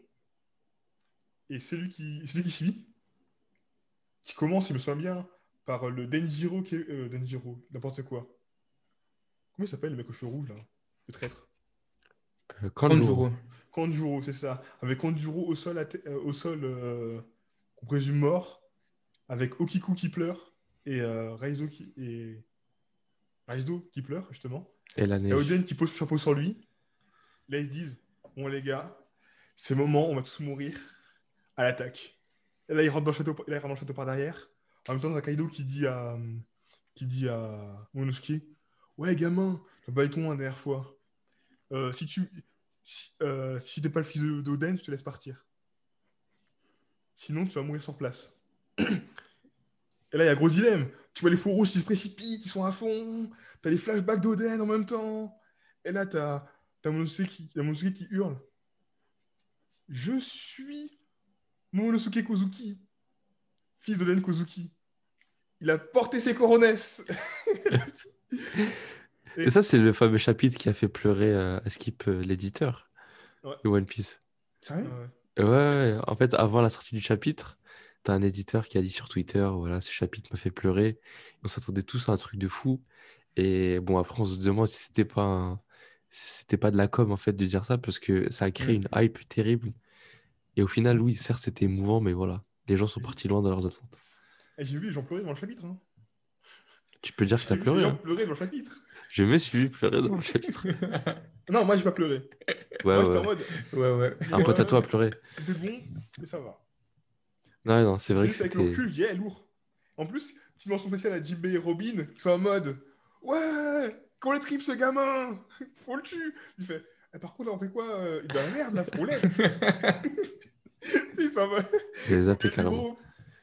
Et celui qui, celui qui suit, qui commence, il me souviens bien, par le Denjiro qui est... euh, Denjiro, n'importe quoi. Comment il s'appelle le mec aux cheveux rouges là? Le traître.
Euh, Kanjuro.
Kanjuro.
Kanjuro, c'est ça. Avec Kanjuro au sol, à te- euh, au sol euh, qu'on présume mort. Avec Okiku qui pleure. Et euh, Raizo qui. Et... Raizo qui pleure, justement.
Et la
Et
neige.
Oden qui pose son chapeau sur lui. Là, ils se disent bon, les gars, c'est le moment, on va tous mourir. À l'attaque. Et là, il rentre dans le château, là, il rentre dans le château par derrière. En même temps, t'as Kaido qui dit à, qui dit à Momonosuke ouais, gamin, t'as pas ton la dernière fois. Euh, si tu si, euh, si t'es pas le fils de- d'Oden, je te laisse partir. Sinon, tu vas mourir sur place. Et là, il y a gros dilemme. Tu vois les faux rouges qui se précipitent, ils sont à fond. T'as les flashbacks d'Oden en même temps. Et là, t'as, t'as Momonosuke qui, t'as Momonosuke qui hurle. Je suis Momonosuke Kozuki, fils d'Oden Kozuki. Il a porté ses coronesses.
Et ça, c'est le fameux chapitre qui a fait pleurer euh, à Skip, euh, l'éditeur
Ouais.
de One Piece.
Sérieux?
Ouais.
Ouais, ouais, en fait, avant la sortie du chapitre, t'as un éditeur qui a dit sur Twitter, voilà, ce chapitre m'a fait pleurer. On s'attendait tous à un truc de fou. Et bon, après, on se demande si c'était pas un- si c'était pas de la com, en fait, de dire ça, parce que ça a créé
Mm.
une hype terrible. Et au final, oui, certes, c'était émouvant, mais voilà, les gens sont partis loin dans leurs attentes.
Et j'ai vu les gens pleurer dans le chapitre. Hein.
Tu peux dire que
J'ai
t'as
vu les
pleuré,
gens
hein.
pleurer dans le chapitre.
Je me suis pleuré dans le chapitre.
Non, moi, j'ai pas pleuré.
Ouais,
Moi, j'étais en
ouais.
mode.
Ouais, ouais.
Un pote à toi a pleuré.
C'était bon, mais ça va.
Non, non, c'est vrai
C'est
que
juste avec le
c'était.
recul, je dis, eh, lourd. En plus, petite mention spéciale à J B et Robin, qui sont en mode ouais, qu'on les tripe ce gamin, on le tue. Il fait, eh, par contre, là, on fait quoi euh, Il est dans la merde, là, faut qu'on l'aide. Ils sont en mode,
Je les
on
appelais
les
carrément.
gros.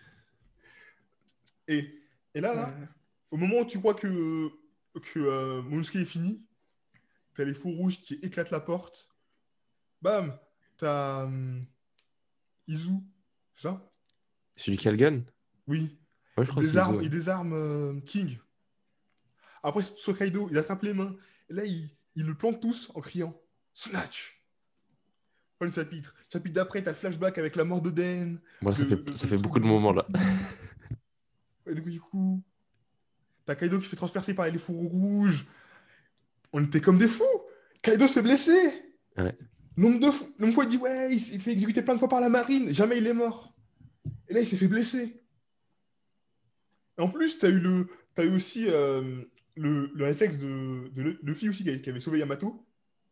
Et, et là, là,
Euh,
au moment où tu crois que, que euh, Momonosuke est fini, t'as les faux rouges qui éclatent la porte. Bam, t'as hum, Izu, c'est ça?
Celui qui a le gun?
Oui.
Ouais, je
Il
crois que c'est Izo,
désarme,
ouais.
il désarme euh, King. Après, sur Kaido, il attrape les mains. Et là, il, il le plante tous en criant Snatch. Pas le chapitre. Chapitre d'après, t'as le flashback avec la mort d'Oden.
Bon, là, ça
De,
fait,
de,
ça
de
fait
truc
beaucoup de
de
moments, là.
Koki. Et du coup, t'as Kaido qui se fait transpercer par les fourreaux rouges. On était comme des fous. Kaido se fait blesser.
Ouais.
Nombre de, fou- nombre de fois, il dit ouais, il s'est fait exécuter plein de fois par la marine. Jamais il est mort. Et là, il s'est fait blesser. Et en plus, t'as eu, le, t'as eu aussi euh, le, le réflexe de, de Le- Luffy aussi qui avait, qui avait sauvé Yamato.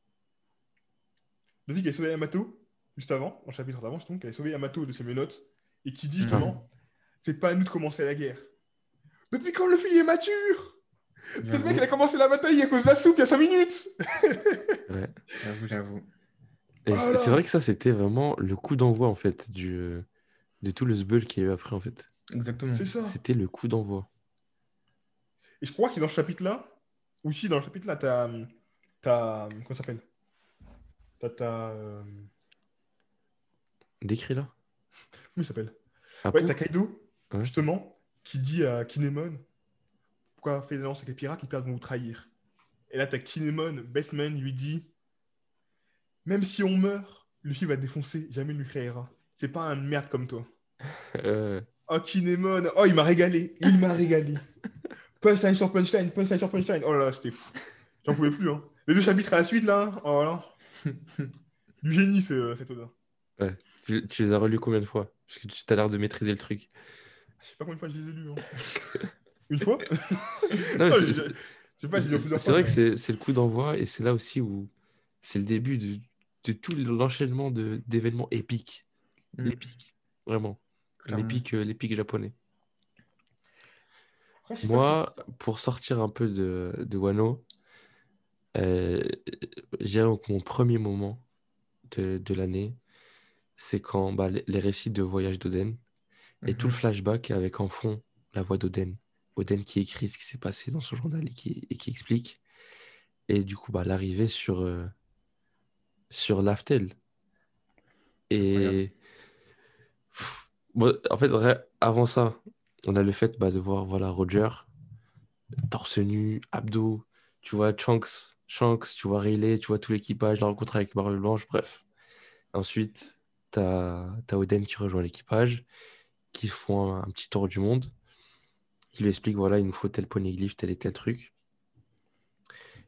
Luffy qui avait sauvé Yamato, juste avant, dans le chapitre d'avant, justement, qui avait sauvé Yamato de ses menottes, et qui dit
Mhm.
justement c'est pas à nous de commencer la guerre. Depuis quand Luffy est mature? C'est le mec qui a commencé la bataille à cause de la soupe il y a cinq minutes.
Ouais.
J'avoue, j'avoue.
Et
Oh là
c'est c'est
là.
vrai que ça, c'était vraiment le coup d'envoi, en fait, du, euh, de tout le sbeul qu'il y a eu après, en fait.
Exactement.
C'est ça.
C'était le coup d'envoi.
Et je crois que dans ce chapitre-là, ou si dans le chapitre-là, t'as. T'as. Comment ça s'appelle? T'as. t'as, euh,
Décrit là?
Comment il s'appelle?
À
Ouais,
Pau?
t'as Kaido,
Ouais.
justement, qui dit à Kinemon pourquoi faire des alliances avec les pirates, les pirates vont vous trahir. Et là, t'as Kinemon, Best Man, lui dit même si on meurt, Luffy va te défoncer, jamais il lui créera. C'est pas un merde comme toi.
Euh,
Oh, Kinemon, oh, il m'a régalé, il m'a régalé. Punchline sur punchline, punchline sur punchline. Oh là là, c'était fou. J'en pouvais plus, hein. Les deux chapitres à la suite, là, oh là. Du génie, ce- cet auteur.
ouais. Tu, tu les as relus combien de fois? Parce que tu as l'air de maîtriser le truc.
Je sais pas combien de fois je les ai lus. Hein. Une fois?
Non, mais
Non,
c'est
je
c'est-
je sais pas, j'ai lu
c'est-
plusieurs
c'est
fois.
vrai que
mais-
c'est c'est le coup d'envoi et c'est là aussi où c'est le début de, de tout l'enchaînement de- d'événements épiques.
Mm.
L'épique, vraiment.
Clairement.
L'épique euh, l'épique japonais.
Après, je sais pas
Moi, pour sortir un peu de, de Wano, euh, je dirais que mon premier moment de, de l'année, c'est quand bah, les, les récits de voyage d'Oden et tout le
Mhm.
flashback avec en fond la voix d'Oden. Oden qui écrit ce qui s'est passé dans son journal et qui, et qui explique. Et du coup, bah, l'arrivée sur, euh, sur Laftel.
Incroyable.
Et pff, bon, en fait, ré- avant ça, on a le fait bah, de voir voilà, Roger, torse nu, abdos, tu vois, Shanks, Shanks, tu vois, Rayleigh, tu vois, tout l'équipage, la rencontre avec Barbe Blanche, bref. Ensuite, t'as, t'as Oden qui rejoint l'équipage, qui font un, un petit tour du monde, qui lui explique, voilà, il nous faut tel poneglyphe, tel et tel truc.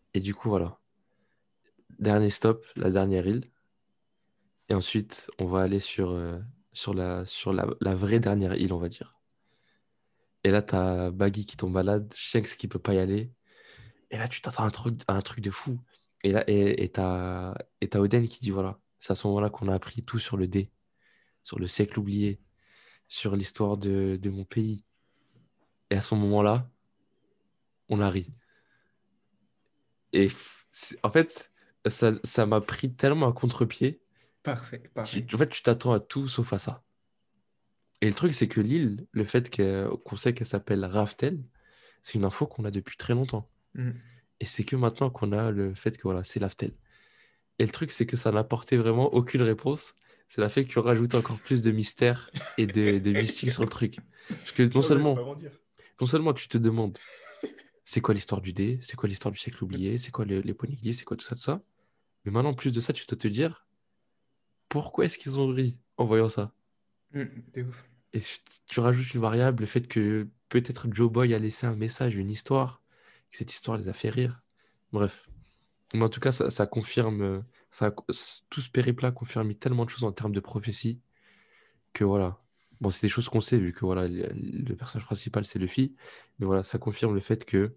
Et du coup, voilà. Dernier stop, la dernière île. Et ensuite, on va aller sur, euh, sur, la, sur la, la vraie dernière île, on va dire. Et là, t'as Baggy qui tombe malade, Shanks qui peut pas y aller. Et là, tu t'attends à un truc, à un truc de fou. Et là, et, et t'as, et t'as Oden qui dit, voilà, c'est à ce moment-là qu'on a appris tout sur le dé, sur le siècle oublié, sur l'histoire de, de mon pays. Et à ce moment-là, on a ri. Et f- c'est- en fait, ça, ça m'a pris tellement à contre-pied.
Parfait,
Tu-
pareil.
En fait, tu t'attends à tout sauf à ça. Et le truc, c'est que l'île, le fait que- qu'on sait qu'elle s'appelle Raftel, c'est une info qu'on a depuis très longtemps.
Mm.
Et c'est que maintenant qu'on a le fait que voilà, c'est Laftel. Et le truc, c'est que ça n'apportait vraiment aucune réponse. C'est la fait que tu rajoutes encore plus de mystère et de, de mystique sur le truc. Parce que non
Ça va pas
seulement,
grandir.
non seulement tu te demandes c'est quoi l'histoire du dé, c'est quoi l'histoire du siècle oublié, c'est quoi le- les Poneglyphs, c'est quoi tout ça, tout ça. Mais maintenant, en plus de ça, tu dois te dire pourquoi est-ce qu'ils ont ri en voyant ça?
Mm, c'est ouf.
Et tu tu rajoutes une variable, le fait que peut-être Joe Boy a laissé un message, une histoire, que cette histoire les a fait rire. Bref. Mais en tout cas, ça, ça confirme, euh, ça, a- tout ce périple-là confirme tellement de choses en termes de prophétie que voilà. Bon, c'est des choses qu'on sait, vu que voilà, le, le personnage principal, c'est Luffy. Mais voilà, ça confirme le fait que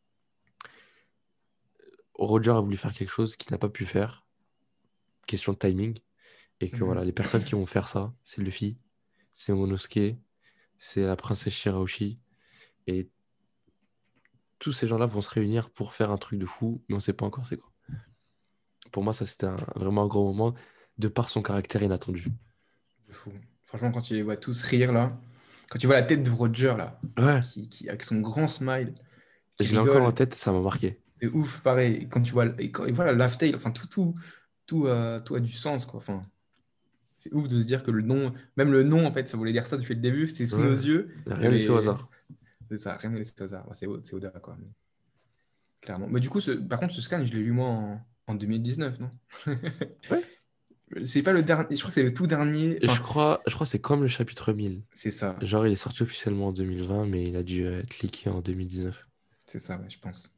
Roger a voulu faire quelque chose qu'il n'a pas pu faire, question de timing, et que voilà,
Mm.
les personnes qui vont faire ça, c'est Luffy, c'est Momonosuke, c'est la princesse Shirahoshi, et tous ces gens-là vont se réunir pour faire un truc de fou, mais on sait pas encore c'est quoi. Pour moi, ça, c'était un- vraiment un gros moment, de par son caractère inattendu.
De fou. Franchement, quand tu les vois tous rire là, quand tu vois la tête de Roger là,
Ouais,
qui, qui- avec son grand smile, qui
je l'ai encore en
rigole,
tête, ça m'a marqué.
c'est ouf, pareil. Quand tu vois, et quand, et voilà, Laugh Tale, enfin tout, tout, tout, euh, tout a du sens quoi. Enfin, c'est ouf de se dire que le nom, même le nom en fait, ça voulait dire ça depuis le début, c'était sous nos
Ouais,
yeux. Et
rien laissé au
les...
hasard.
C'est ça, rien n'est laissé au hasard. Ouais, C'est c'est Oda quoi, mais clairement. Mais du coup, ce- par contre, ce scan, je l'ai lu moi en, en deux mille dix-neuf, non?
Ouais.
C'est pas le dernier, je crois que c'est le tout dernier.
Et je
Enfin,
crois, je crois que c'est comme le chapitre mille.
c'est ça,
Genre, il est sorti officiellement en deux mille vingt, mais il a dû euh, être leaké en deux mille dix-neuf.
c'est ça, ouais, je pense.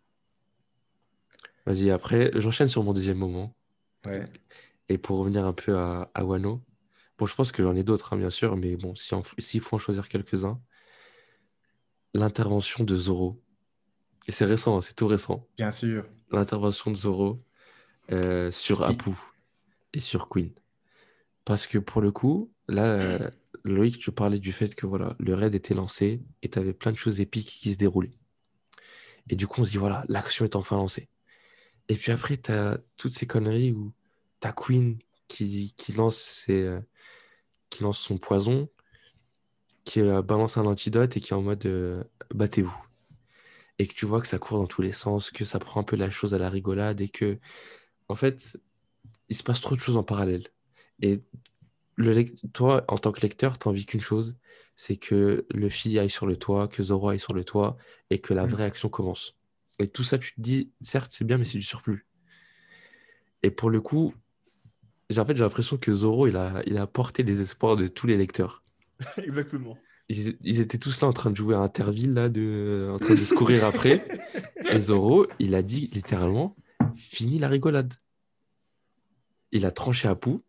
Vas-y, après, j'enchaîne sur mon deuxième moment.
Ouais.
Et pour revenir un peu à, à Wano, bon, je pense que j'en ai d'autres, hein, bien sûr, mais bon, si on- s'il faut en choisir quelques-uns, l'intervention de Zoro. Et c'est récent, hein, c'est tout récent.
Bien sûr.
L'intervention de Zoro euh, sur
Qui-
Apu et sur Queen. Parce que pour le coup, là, euh, Loïc, tu parlais du fait que voilà, le raid était lancé et tu avais plein de choses épiques qui se déroulaient. Et du coup, on se dit, voilà, l'action est enfin lancée. Et puis après, tu as toutes ces conneries où tu as Queen qui, qui lance ses, euh, qui lance son poison, qui euh, balance un antidote et qui est en mode euh, battez-vous. Et que tu vois que ça court dans tous les sens, que ça prend un peu la chose à la rigolade et que, en fait, il se passe trop de choses en parallèle. Et le lec- toi, en tant que lecteur, t'as envie qu'une chose, c'est que Luffy aille sur le toit, que Zoro aille sur le toit et que la
Mm.
vraie action commence. Et tout ça, tu te dis, certes, c'est bien, mais c'est du surplus. Et pour le coup, j'ai en fait, j'ai l'impression que Zoro, il a, il a porté les espoirs de tous les lecteurs.
Exactement.
Ils, ils étaient tous là en train de jouer à Interville, là, de, en train de se courir après. Et Zoro, il a dit littéralement, fini la rigolade. Il a tranché à Pou,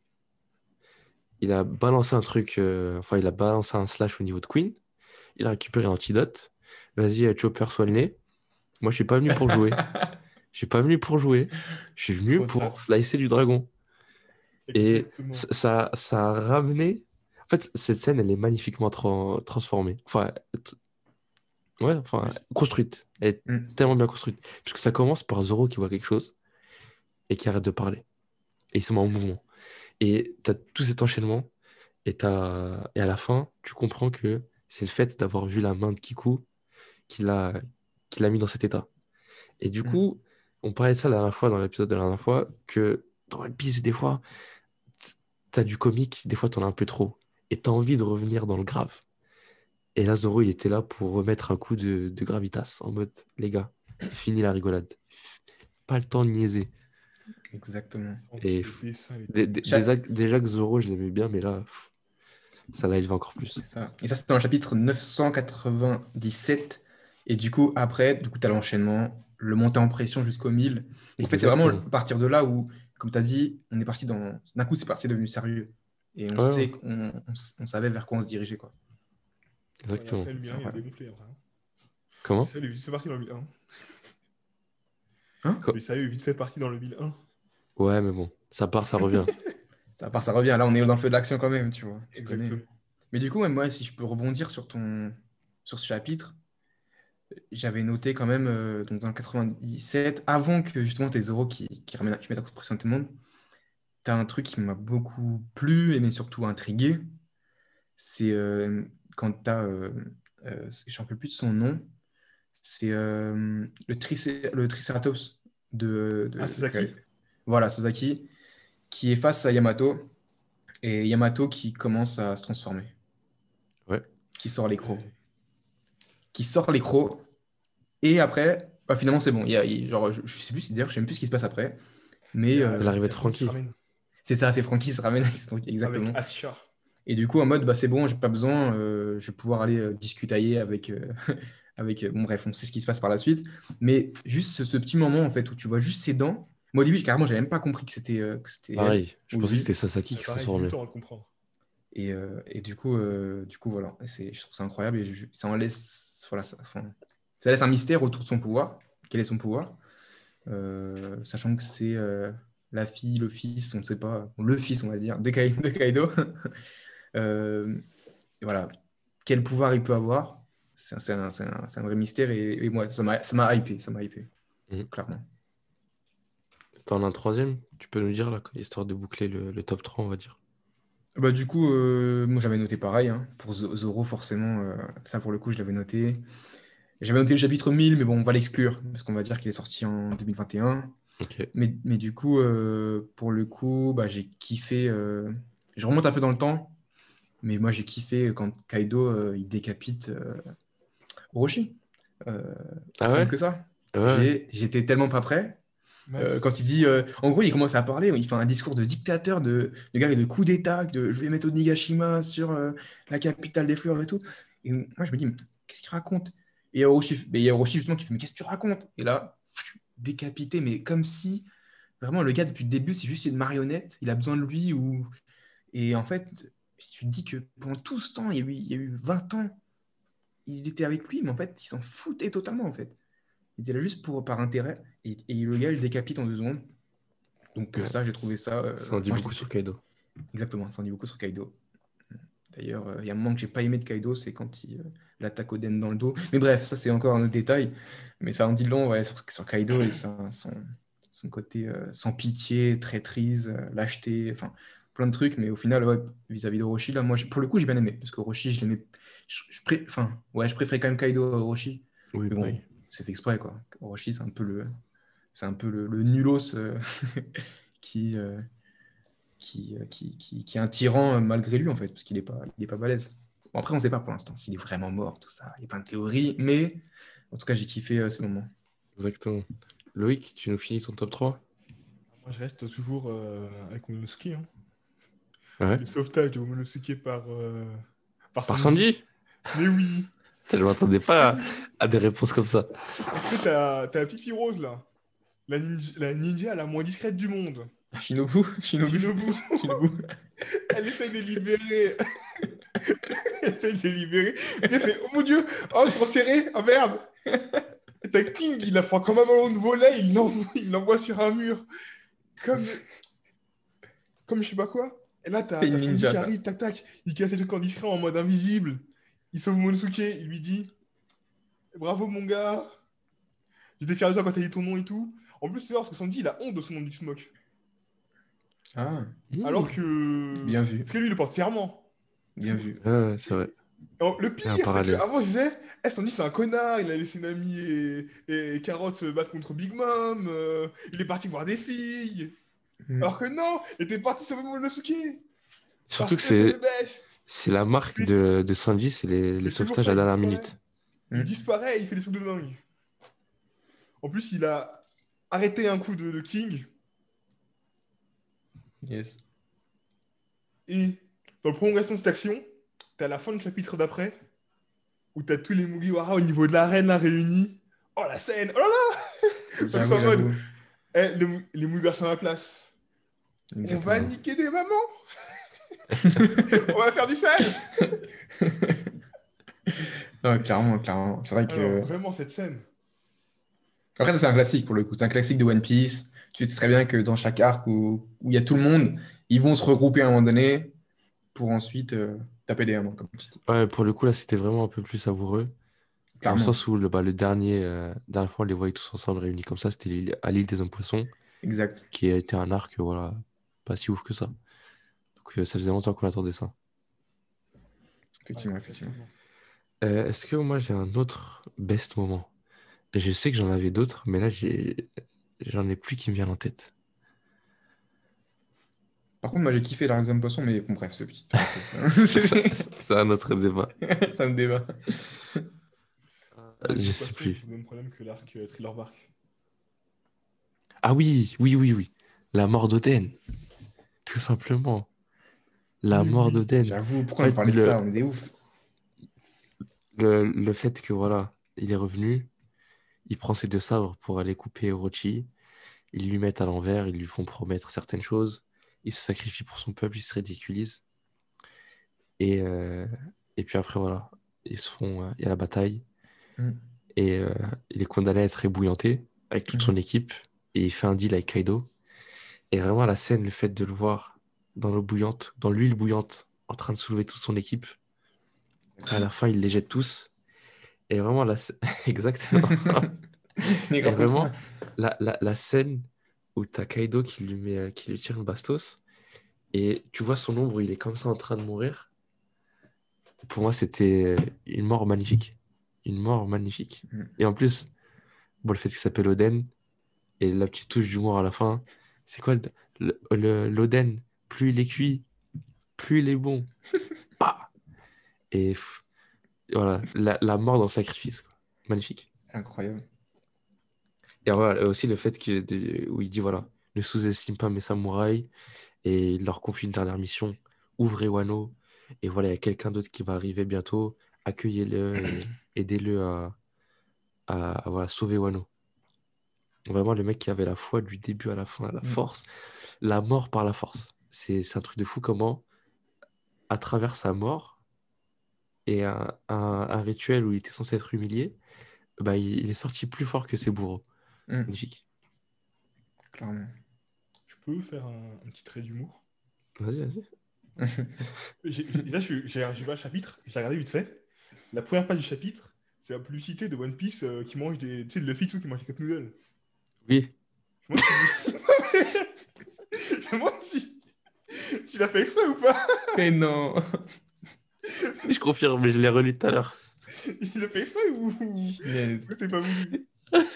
il a balancé un truc, euh, enfin, il a balancé un slash au niveau de Queen, il a récupéré l'antidote. Vas-y, euh, Chopper, sois le nez. Moi, je suis pas venu pour jouer. Je suis pas venu pour jouer. Je suis venu
Trop ça.
pour slicer du dragon. Et
Exactement.
ça, ça ça a ramené. En fait, cette scène, elle est magnifiquement tra- transformée. Enfin, t- ouais, enfin,
Oui.
construite. Elle est
Mm.
tellement bien construite. Parce que ça commence par Zoro qui voit quelque chose et qui arrête de parler. Et il se met en mouvement. Et t'as tout cet enchaînement. Et, t'as... et à la fin, tu comprends que c'est le fait d'avoir vu la main de Kiku qui l'a qui l'a mis dans cet état. Et du
Mm.
coup, on parlait de ça la dernière fois, dans l'épisode de la dernière fois, que dans One Piece, des fois, t- t'as du comique, des fois, t'en as un peu trop. Et t'as envie de revenir dans le grave. Et là, Zoro, il était là pour remettre un coup de, de gravitas, en mode, les gars, fini la rigolade. Pas le temps de niaiser.
Exactement.
En plus,
Et
le
f-
dessin, il
dé-
était
dé-
Cha-
déjà, déjà que Zoro, je l'aimais bien, mais là, pff, ça l'a élevé encore plus.
C'est ça. Et ça, c'était dans le chapitre neuf cent quatre-vingt-dix-sept. Et du coup, après, du coup, tu as l'enchaînement, le monter en pression jusqu'au mille. En fait, c'est vraiment
Exactement.
à partir de là où, comme tu as dit, on est parti dans. D'un coup, c'est parti devenu sérieux. Et on
Ouais,
sait
ouais,
qu'on on, s- on savait vers quoi on se dirigeait, quoi.
Ouais, il y a
exactement.
ça, le mille
C'est
un, il a
incroyable.
dégonflé après. Hein.
Comment?
Ça, il est vite fait parti dans le mille un.
Hein
Co-
Mais ça, il est vite fait parti dans le mille un.
Ouais, mais bon, ça part, ça revient.
Ça part, ça revient. Là, on est dans le feu de l'action quand même, tu vois. Tu connais.
Exactement.
Mais du coup, même moi, si je peux rebondir sur ton sur ce chapitre, j'avais noté quand même euh, donc dans le quatre-vingt-dix-sept, avant que justement tes euros qui, qui, ramènent, qui mettent à coup de pression tout le monde, tu as un truc qui m'a beaucoup plu et mais surtout intrigué. C'est euh, quand tu as, euh, euh, je ne me rappelle plus de son nom, c'est euh, le, tricé- le Triceratops de,
Ah,
de, de
Sasaki.
Kai- Voilà, Sasaki, qui est face à Yamato, et Yamato qui commence à se transformer,
Ouais.
qui sort les crocs.
Ouais.
Qui sort les crocs, et après, bah, finalement, c'est bon. Il y a, il- genre, je, je sais plus, d'ailleurs, je sais même plus ce qui se passe après,
Il
mais
y a,
euh,
C'est l'arrivée
il y
de
a Franck qui se
Frankie.
ramène
c'est ça, c'est Francky qui se ramène avec son- exactement.
avec Hacha.
Et du coup, en mode, bah, c'est bon, j'ai pas besoin, euh, je vais pouvoir aller euh, discutailler avec, euh, avec. euh, Bon, bref, on sait ce qui se passe par la suite. Mais juste ce, ce petit moment, en fait, où tu vois juste ses dents. Moi, au début, carrément, j'avais même pas compris que c'était euh, que c'était elle
Pareil, je
ou
pensais que
lui.
c'était Sasaki
Ah,
qui se
pareil, j'ai eu le
transformait.
temps à le comprendre.
Et, euh, et du coup, euh, du coup, voilà. Et c'est, je trouve ça incroyable. Et je- ça en laisse, voilà, ça, enfin, ça laisse un mystère autour de son pouvoir. Quel est son pouvoir? Euh, sachant que c'est euh, la fille, le fils, on ne sait pas, le fils, on va dire, de, Kai- de Kaido. Euh, et voilà, quel pouvoir il peut avoir, c'est un, c'est un- c'est un- c'est un vrai mystère et, et moi, ça m'a ça m'a hypé, ça m'a hypé,
Mhm.
clairement.
T'en as un troisième? Tu peux nous dire, là, histoire de boucler le, le top trois, on va dire.
Bah, du coup, euh, moi j'avais noté pareil, hein, pour Zo- Zoro, forcément, euh, ça pour le coup, je l'avais noté. J'avais noté le chapitre mille, mais bon, on va l'exclure, parce qu'on va dire qu'il est sorti en deux mille vingt et un.
Ok.
Mais, mais du coup, euh, pour le coup, bah, j'ai kiffé. euh, Je remonte un peu dans le temps, mais moi j'ai kiffé quand Kaido euh, il décapite euh, Orochi. Euh,
Ah
Aussi simple
ouais?
que ça.
Ouais.
J'ai, j'étais tellement pas prêt. Euh,
Max,
quand il dit, euh, en gros, il commence à parler, il fait un discours de dictateur, de, de gars et de coup d'État, de je vais mettre Onigashima sur euh, la capitale des fleurs et tout. Et moi, je me dis, mais qu'est-ce qu'il raconte? Et il y a Orochi, mais il y a Orochi, justement qui fait, mais qu'est-ce que tu racontes? Et là, pfiou, décapité, mais comme si vraiment le gars depuis le début, c'est juste une marionnette, il a besoin de lui. Ou... Et en fait, si tu te dis que pendant tout ce temps, il y a eu, il y a eu vingt ans, il était avec lui, mais en fait, il s'en foutait totalement, en fait. Il était là juste pour, par intérêt, et, et le gars, il le décapite en deux secondes. Donc euh,
Ouais.
ça, j'ai trouvé ça... euh,
Ça en dit
enfin,
beaucoup
j'ai-
sur Kaido.
Exactement, ça en dit beaucoup sur Kaido. D'ailleurs, euh, il y a un moment que j'ai pas aimé de Kaido, c'est quand il euh, l'attaque Oden dans le dos. Mais bref, ça, c'est encore un autre détail. Mais ça en dit long, ouais, sur, sur Kaido et sa- son, son côté euh, sans pitié, traîtrise, euh, lâcheté, enfin, plein de trucs. Mais au final, ouais, vis-à-vis d'Orochi, là, moi, j'ai- pour le coup, j'ai bien aimé. Parce qu'Orochi, je l'aimais... Je, je pré- enfin, ouais, je préférais quand même Kaido à Orochi.
Oui,
Mais bon,
pareil.
c'est fait exprès, quoi. Orochi, c'est un peu le, c'est un peu le, le nulos euh, qui, euh, qui, euh, qui, qui, qui est un tyran euh, malgré lui, en fait, parce qu'il n'est pas, il est pas balèze. Bon, après, on ne sait pas pour l'instant s'il est vraiment mort, tout ça. Il y a plein de théories, mais en tout cas, j'ai kiffé euh, ce moment.
Exactement. Loïc, tu nous finis ton top trois?
moi je reste toujours euh, avec Momonosuke. Hein.
Ouais.
Le sauvetage de Momonosuke par, euh, par
Par
Sanji.
Sanji?
Mais oui.
Je ne m'attendais pas à, à des réponses comme ça.
Tu sais, t'as t'as la petite fille rose là. La ninja, la ninja la moins discrète du monde.
Shinobu, Shinobu,
Shinobu.
Shinobu.
Elle essaye de libérer. Elle essaye de libérer. Elle fait oh mon dieu, oh, ils sont serrés, oh merde. Et t'as King, il la prend comme un ballon de volet, il l'envoie, il l'envoie sur un mur. Comme. Comme je sais pas quoi. Et là, t'as
C'est une
t'as Sanji
ninja,
qui
ça.
arrive, tac tac. Il casse les trucs en discret en mode invisible. Il sauve Momonosuke, il lui dit bravo mon gars. J'étais fier de toi quand t'as dit ton nom et tout. En plus, c'est vrai parce que Sanji, il a honte de son nom Big Smoke.
Ah,
Mmh.
Alors que.
bien vu,
Parce que lui, il le porte fièrement.
bien vu.
Ouais, c'est vrai.
Alors, le
Il y a
pire,
un
c'est
parallèle.
qu'avant, je disais, eh, Sanji, c'est un connard, il a laissé Nami et, et Carotte se battre contre Big Mom, euh, il est parti voir des filles.
Mm.
Alors que non, il était parti sauver Momonosuke.
Surtout
Parce
que
c'est
c'est
le best.
c'est la marque de, de Sanji, c'est les, les
C'est toujours
sauvetages
ça,
à
il
la dernière
disparaît.
minute.
Il
Mm.
disparaît, il fait des trucs de dingue. En plus, il a arrêté un coup de, de King.
Yes.
Et dans le prolongation de cette action, t'as la fin du chapitre d'après, où t'as tous les Mugiwara au niveau de l'arène là réunis. Oh la scène! Oh là là! Parce
J'avoue,
qu'en mode,
j'avoue.
eh, les, mou- les mouillards sont à la place. On va
Exactement.
niquer des mamans. On va faire du sale.
Non, clairement, clairement. C'est vrai
Alors,
que.
vraiment, cette scène.
Après, ça, c'est un classique pour le coup. C'est un classique de One Piece. Tu sais très bien que dans chaque arc où où il y a tout le monde, ils vont se regrouper à un moment donné pour ensuite euh, taper des mamans, comme tu dis.
Ouais, pour le coup, là, c'était vraiment un peu plus savoureux. Dans le
Clairement.
sens où le, bah, le dernier, euh, dernière fois, on les voyait tous ensemble réunis comme ça, c'était l'île- à l'île des hommes poissons,
Exact.
qui a été un arc, euh, voilà, pas si ouf que ça. Donc, euh, ça faisait longtemps qu'on attendait ça.
Effectivement,
Ouais,
effectivement.
effectivement.
Euh, est-ce que moi, j'ai un autre best moment? Je sais que j'en avais d'autres, mais là, j'ai... j'en ai plus qui me viennent en tête.
Par contre, moi, j'ai kiffé la raison de poisson, mais bon, bref, c'est petite parenthèse.
Ça, ça- c'est un autre débat.
Ça me débat.
Euh,
Là,
Je
j'ai
sais
passé
plus.
le même problème que l'arc euh, Thriller Bark.
Ah oui, oui, oui, oui. La mort d'Oden, tout simplement. La
Oui,
mort
oui.
d'Oden.
J'avoue,
En
pourquoi on me
fait,
parlait de
le,
ça? On est ouf.
le, le fait que, voilà, il est revenu, il prend ses deux sabres pour aller couper Orochi, ils lui mettent à l'envers, ils lui font promettre certaines choses, il se sacrifie pour son peuple, il se ridiculise. Et, euh, et puis après, voilà, ils se font, euh, il y a la bataille,
Mm.
et euh, il est condamné à être ébouillanté avec toute son
Mhm.
équipe, et il fait un deal avec Kaido. Et vraiment, la scène, le fait de le voir dans l'eau bouillante, dans l'huile bouillante, en train de soulever toute son équipe, à la fin, il les jette tous. Et vraiment, la... sc- exactement.
Mais
Et
grave comme
vraiment,
ça.
la, la, la scène où t'as Kaido qui lui met, euh, qui lui tire une bastos, et tu vois son ombre, il est comme ça en train de mourir. Pour moi, c'était une mort magnifique. Une mort magnifique.
Mm.
Et en plus, bon, le fait qu'il s'appelle Oden, et la petite touche d'humour à la fin, c'est quoi le, le- l'Oden? Plus il est cuit, plus il est bon. Bah et pff, voilà, la, la mort dans le sacrifice, quoi. Magnifique.
C'est incroyable.
Et voilà, et aussi le fait que, de- où il dit, voilà, ne sous-estime pas mes samouraïs, et il leur confie une dernière mission, ouvrez Wano, et voilà, il y a quelqu'un d'autre qui va arriver bientôt, accueillez-le et aidez-le à, à, à, voilà, sauver Wano. Vraiment, le mec qui avait la foi du début à la fin, la
Mm.
force, la mort par la force. C'est c'est un truc de fou comment, à travers sa mort et un, un, un rituel où il était censé être humilié, bah, il, il est sorti plus fort que ses bourreaux.
Mm.
Magnifique.
Clairement.
Je peux faire un, un petit trait d'humour.
Vas-y, vas-y.
J'ai- j'ai- Là, je- j'ai j'ai vu un chapitre, j'ai regardé vite fait. La première page du chapitre, c'est la publicité de One Piece euh, qui mange des. Tu sais, de Luffy tout qui mange des cup noodles.
Oui,
Je me demande si- je me demande si. S'il a fait exprès ou pas.
Mais non.
je confirme, mais je l'ai relu tout à l'heure.
Il a fait exprès ou. ou
Punaise.
c'était pas voulu.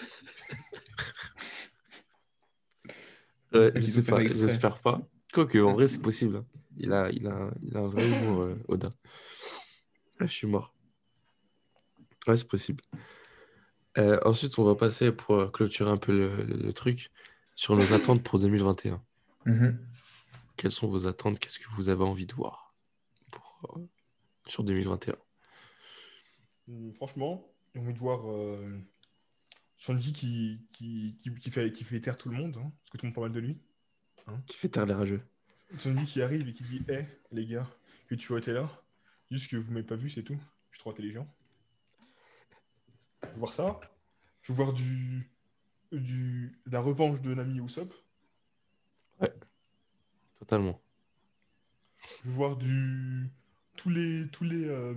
Ouais, je
Ils
sais
ont fait ça
pas,
exprès.
j'espère pas. Quoique, en vrai, c'est possible, hein. Il a, il a, il a un vrai humour, euh, Oda. Ah, je suis mort. Ouais, c'est possible. Euh, ensuite, on va passer pour euh, clôturer un peu le, le- le truc sur nos attentes pour deux mille vingt et un.
Mhm.
Quelles sont vos attentes? Qu'est-ce que vous avez envie de voir pour, euh, sur deux mille vingt et un?
Hum, Franchement, j'ai envie de voir euh, Shanji qui, qui, qui, qui fait, qui fait taire tout le monde, hein, parce que tout le monde parle mal de lui.
Qui fait taire les rageux?
Shanji qui arrive et qui dit: hé, les gars, que tu vois été là, juste que vous m'avez pas vu, c'est tout. Je suis trop intelligent. Je veux voir ça. Je veux voir du, du, la revanche de Nami et Usopp.
Ouais, totalement.
Je veux voir du. Tous les. Tous les. euh,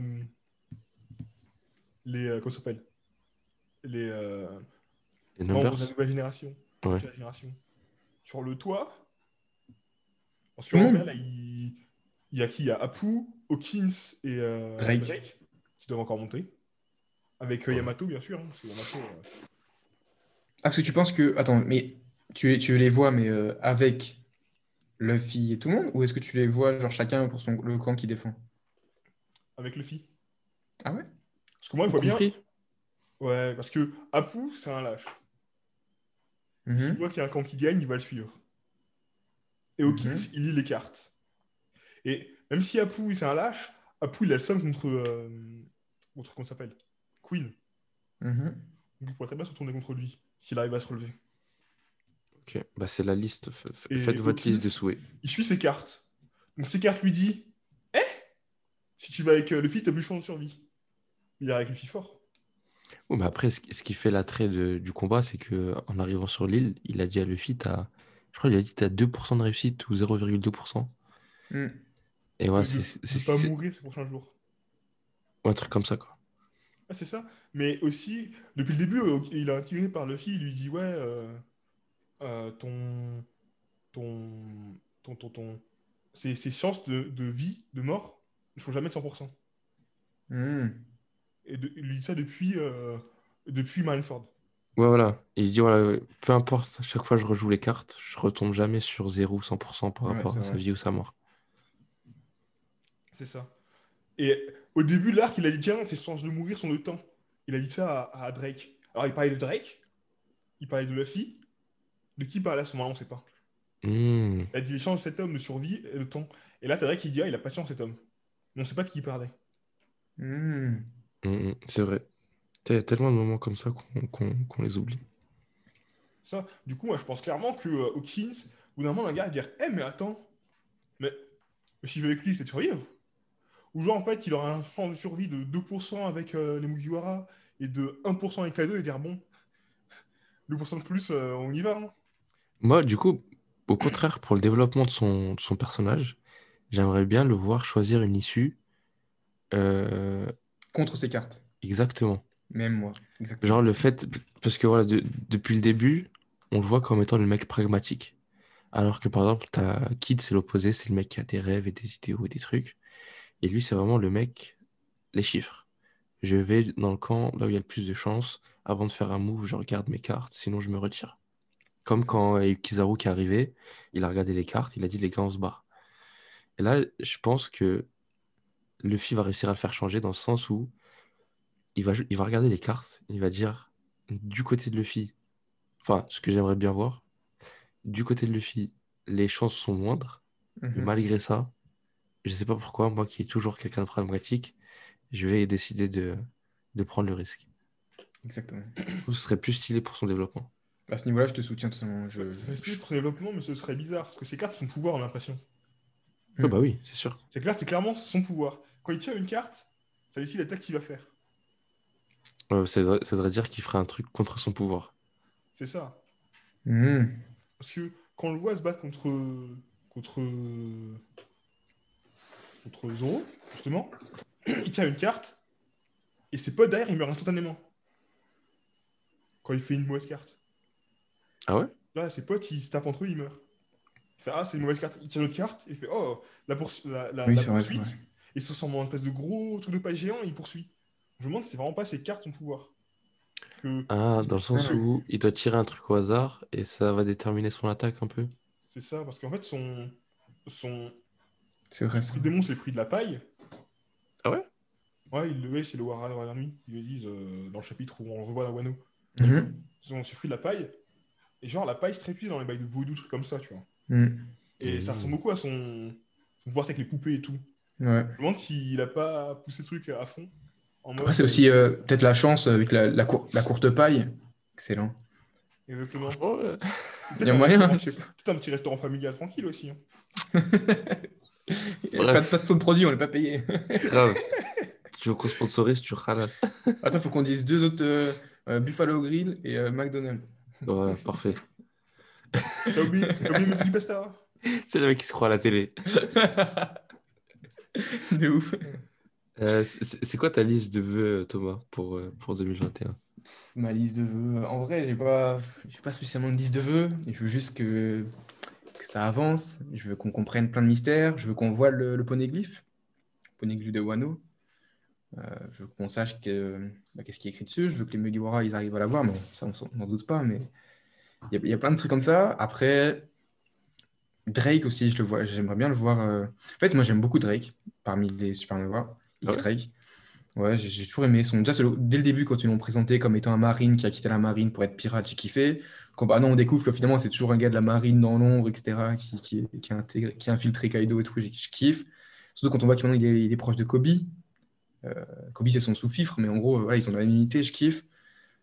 les euh, comment ça s'appelle? Les euh,
Les
membres de la
numbers?
nouvelle génération.
Ouais.
De la génération. Sur le toit. Parce
Tout le
qu'en
monde.
vrai, là, il... il y a qui? Il y a Apu, Hawkins et euh,
Drake.
qui doivent encore monter. Avec euh,
Ouais.
Yamato, bien sûr. Hein, parce que Yamato, euh,
Ah, parce que tu penses que. Attends, mais tu, les- tu les vois, mais euh, avec Luffy et tout le monde? Ou est-ce que tu les vois, genre chacun pour son, le camp qui défend?
avec Luffy.
Ah ouais?
Parce que moi, je
Tout
vois bien.
compris?
Ouais, parce que Apu, c'est un lâche. S'il
Mhm.
voit qu'il y a un camp qui gagne, il va le suivre. Et Hawkins,
Mhm.
il lit les cartes. Et même si Apu, c'est un lâche, Apu, il a le seum contre. Euh, contre comment ça s'appelle? Queen.
Mhm.
Donc il pourrait très bien se retourner contre lui. s'il arrive à se relever.
Ok, bah c'est la liste. F- f-
Et
Faites votre liste de
Hawkins,
souhaits.
il suit ses cartes. Donc ses cartes lui disent Eh, si tu vas avec euh, Luffy, t'as plus de chance de survie. Il est avec Luffy fort.
Oh, mais après, ce, qui ce qui fait l'attrait de- du combat, c'est que en arrivant sur l'île, il a dit à Luffy, t'as, je crois qu'il a dit t'as deux pour cent de réussite ou zéro virgule deux pour cent.
Hmm.
Et ouais,
De
c'est
ne
c'est- c'est-
pas
c'est-
mourir ces prochains jours.
un truc comme ça, quoi.
Ah, c'est ça. Mais aussi, depuis le début, euh, il a intégré par Luffy, il lui dit Ouais, euh, euh, ton, ton, ton, ton, ton, ces, ces chances de, de vie, de mort, ne sont jamais de cent pour cent.
Hmm.
Et de- il lui dit ça depuis, euh, depuis Marineford.
Ouais, voilà. Et il dit, voilà, ouais, peu importe, à chaque fois que je rejoue les cartes, je retombe jamais sur zéro ou cent pour cent par
Ouais,
rapport
c'est
à sa
vrai.
vie ou sa mort.
C'est ça. Et au début de l'arc, il a dit Tiens, ces chances de mourir sont de temps. Il a dit ça à, à Drake. Alors, il parlait de Drake, il parlait de Luffy. De qui il parlait à ce moment-là, on ne sait pas.
Hmm.
Il a dit les chances de cet homme de survie et de temps. Et là, t'as Drake qui dit Ah, il a pas de chance, cet homme. Mais on ne sait pas de qui il parlait.
Hmm.
Hmm, hmm, c'est vrai. Il y a tellement de moments comme ça qu'on qu'on- qu'on les oublie.
Ça, du coup, moi, je pense clairement que euh, Hawkins, au bout d'un moment, un gars va dire Eh, mais attends, mais, mais si je vais avec lui, c'est de survivre. Ou genre, en fait, il aura un chance de survie de deux pour cent avec euh, les Mugiwara et de un pour cent avec Kaido et dire Bon, deux pour cent de plus, euh, on y va. Hein.
Moi, du coup, au contraire, pour le développement de son, de son personnage, j'aimerais bien le voir choisir une issue euh,
Contre ses cartes.
exactement.
Même moi. Exactement.
Genre le fait, parce que voilà, de- depuis le début, on le voit comme étant le mec pragmatique. Alors que par exemple, t'as Kid, c'est l'opposé, c'est le mec qui a des rêves et des idéaux et des trucs. Et lui, c'est vraiment le mec, les chiffres. Je vais dans le camp là où il y a le plus de chances. Avant de faire un move, je regarde mes cartes, sinon je me retire. Comme
C'est ça.
quand il y a eu Kizaru qui est arrivé, il a regardé les cartes, il a dit les gars, on se barre. Et là, je pense que Luffy va réussir à le faire changer dans le sens où il va, ju- il va regarder les cartes, il va dire du côté de Luffy, enfin, ce que j'aimerais bien voir, du côté de Luffy, les chances sont moindres, mais
Mhm.
malgré ça, je sais pas pourquoi, moi qui est toujours quelqu'un de pragmatique, je vais décider de, de prendre le risque.
Exactement.
Ce serait plus stylé pour son développement.
À ce niveau-là, je te soutiens totalement.
Ça
Je...
serait stylé pour son développement, mais ce serait bizarre. Parce que ces cartes, c'est son pouvoir, on a l'impression.
Ouais,
Mm.
bah oui, c'est sûr.
Ces cartes, c'est clairement son pouvoir. Quand il tire une carte, ça décide l'attaque qu'il va faire.
Ouais, ça, voudrait- ça voudrait dire qu'il ferait un truc contre son pouvoir.
C'est ça.
Hmm.
Parce que quand on le voit se battre contre. contre. contre Zoro, justement, il tire une carte, et ses potes derrière, ils meurent instantanément. Quand il fait une mauvaise carte.
Ah ouais?
Là, ses potes, ils se tapent entre eux, ils meurent. Il fait Ah, c'est une mauvaise carte. Il tire une autre carte, et il fait Oh, la, poursu- la, la,
Oui,
la
c'est vrai, c'est
poursuite.
vrai.
Et se transforme en une espèce de gros truc de paille géant, et il poursuit. Je me demande si c'est vraiment pas ces cartes son pouvoir. Que
Ah, dans le sens
Ah.
où il doit tirer un truc au hasard et ça va déterminer son attaque un peu.
c'est ça, parce qu'en fait, son. son
C'est vrai,
son
ça.
fruit de démon, c'est le fruit de la paille.
Ah ouais?
Ouais, il, ouais c'est le Wara de la nuit. Ils le disent euh, dans le chapitre où on revoit la Wano.
Mhm.
Son c'est le fruit de la paille. Et genre, la paille se trépuise dans les bails de vaudou, trucs comme ça, tu vois.
Mm.
Et ça
Mhm.
ressemble beaucoup à son, son pouvoir avec les poupées et tout.
Ouais.
Je me demande s'il a pas poussé le truc à fond. En mode,
Après, c'est
euh,
aussi euh, peut-être la chance avec la, la, cour- la courte paille. Excellent.
Exactement.
Franchement, ouais.
Peut-être
Il y a
un
moyen,
restaurant-
je sais pas.
Peut-être un petit restaurant familial tranquille aussi. Hein.
Il y a pas de placement de produit, on n'est pas payé.
Grave. Tu veux qu'on sponsorise, tu ralasses.
Attends, faut qu'on dise deux autres euh, euh, Buffalo Grill et euh, McDonald's.
Voilà, parfait.
T'as oublié, t'as oublié Moto du Pasta.
C'est le mec qui se croit à la télé.
De ouf.
Euh, c'est c'est quoi ta liste de vœux, Thomas, pour, euh, pour deux mille vingt et un?
Ma liste de vœux. En vrai, j'ai pas, j'ai pas spécialement une liste de vœux. Je veux juste que, que ça avance. Je veux qu'on comprenne plein de mystères. Je veux qu'on voit le, le poneglyphe, le poneglyphe de Wano. Euh, je veux qu'on sache que, bah, qu'est-ce qui est écrit dessus. Je veux que les Mugiwara ils arrivent à l'avoir. Bon, ça, on s'en- on n'en doute pas, mais il y, a- il y a plein de trucs comme ça. Après, Drake aussi, je le vois. J'aimerais bien le voir. euh. En fait, moi, j'aime beaucoup Drake parmi les Supernova.
Ah ouais
X-Drake. Ouais, j'ai j'ai toujours aimé son. Déjà, c'est le- dès le début, quand ils l'ont présenté comme étant un marine qui a quitté la marine pour être pirate, j'ai kiffé. Quand bah, non, on découvre que finalement, c'est toujours un gars de la marine dans l'ombre, et cetera, qui, qui, qui, a intégré- qui a infiltré Kaido et tout, j'ai- je kiffe. Surtout quand on voit qu'il il est, il est proche de Kobe. Euh, Kobe, c'est son sous-fifre, mais en gros, euh, voilà, ils ont la même unité, je kiffe.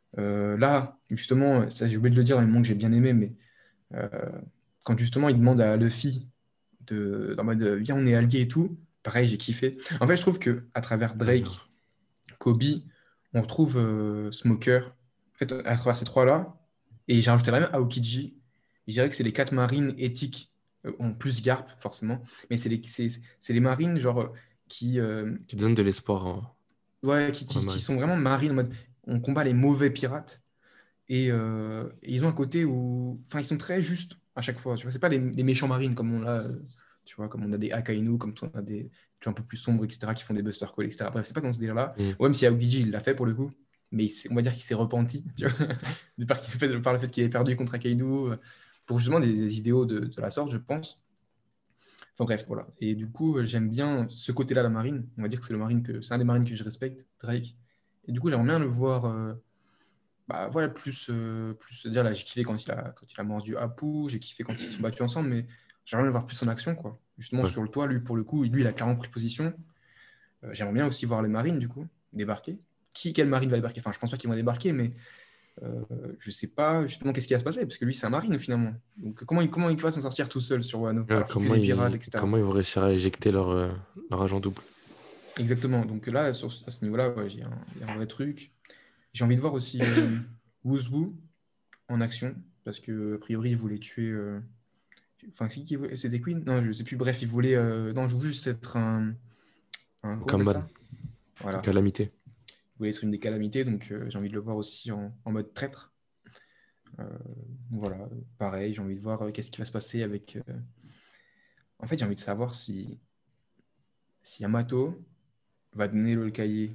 Euh, là, justement, ça j'ai oublié de le dire dans les moments que j'ai bien aimé, mais euh, quand justement il demande à Luffy de, en mode euh, viens, on est alliés et tout, pareil, j'ai kiffé. En fait, je trouve que à travers
Ouais,
Drake, Kobe, on retrouve euh, Smoker, en fait, à travers ces trois-là, et j'ai rajouté même Aokiji. Je dirais que c'est les quatre marines éthiques, euh, en plus Garp, forcément, mais c'est les, c'est, c'est les marines genre euh, qui, euh,
qui donne de l'espoir en,
ouais, qui,
en la
qui, qui
marine.
sont vraiment marines en mode on combat les mauvais pirates. Et, euh, et ils ont un côté où. Enfin, ils sont très justes à chaque fois. Tu vois, c'est pas des, des méchants marines comme on l'a. euh, Tu vois, comme on a des Akainu, comme on a des. Tu vois, un peu plus sombres, et cetera, qui font des Buster Call, et cetera. Bref, c'est pas dans ce délire-là.
Mm.
Ouais, même si Aokiji, il l'a fait pour le coup. Mais il s'est- on va dire qu'il s'est repenti. Tu vois, de par, qu'il fait- par le fait qu'il ait perdu contre Akainu. euh, Pour justement des, des idéaux de, de la sorte, je pense. Enfin bref, voilà. Et du coup, euh, j'aime bien ce côté-là, la marine. On va dire que c'est le marine que c'est un des marines que je respecte, Drake. Et du coup, j'aimerais bien le voir. euh, bah voilà, plus, euh, plus dire là, j'ai kiffé quand il a, quand il a mordu Apu, j'ai kiffé quand ils se sont battus ensemble, mais j'aimerais bien le voir plus en action, quoi. Justement,
Ouais.
sur le toit, lui, pour le coup, lui, il a clairement pris position. Euh, j'aimerais bien aussi voir les marines, du coup, débarquer. Qui, quelle marine va débarquer? Enfin, je pense pas qu'ils vont débarquer, mais euh, je sais pas justement qu'est-ce qui va se passer, parce que lui, c'est un marine, finalement. Donc, comment il, comment il va s'en sortir tout seul sur Wano,
Ouais,
alors qu'il y a que
comment,
des pirates,
ils,
et cetera.
comment ils vont réussir à éjecter leur, euh, leur agent double?
Exactement. Donc là, sur, à ce niveau-là, ouais, j'ai un, il y a un vrai truc. J'ai envie de voir aussi euh, Wuzwu en action, parce que a priori, il voulait tuer. euh, Enfin, c'est qui qui voulait- c'était Queen? Non, je sais plus. Bref, il voulait. euh, Non, je voulais juste être un. un... Comment on appelle
Kanban,
ça? Voilà.
calamité.
Il voulait être une des calamités, donc euh, j'ai envie de le voir aussi en, en mode traître. Euh, voilà, pareil, j'ai envie de voir euh, qu'est-ce qui va se passer avec. euh, En fait, j'ai envie de savoir si, si Yamato va donner le cahier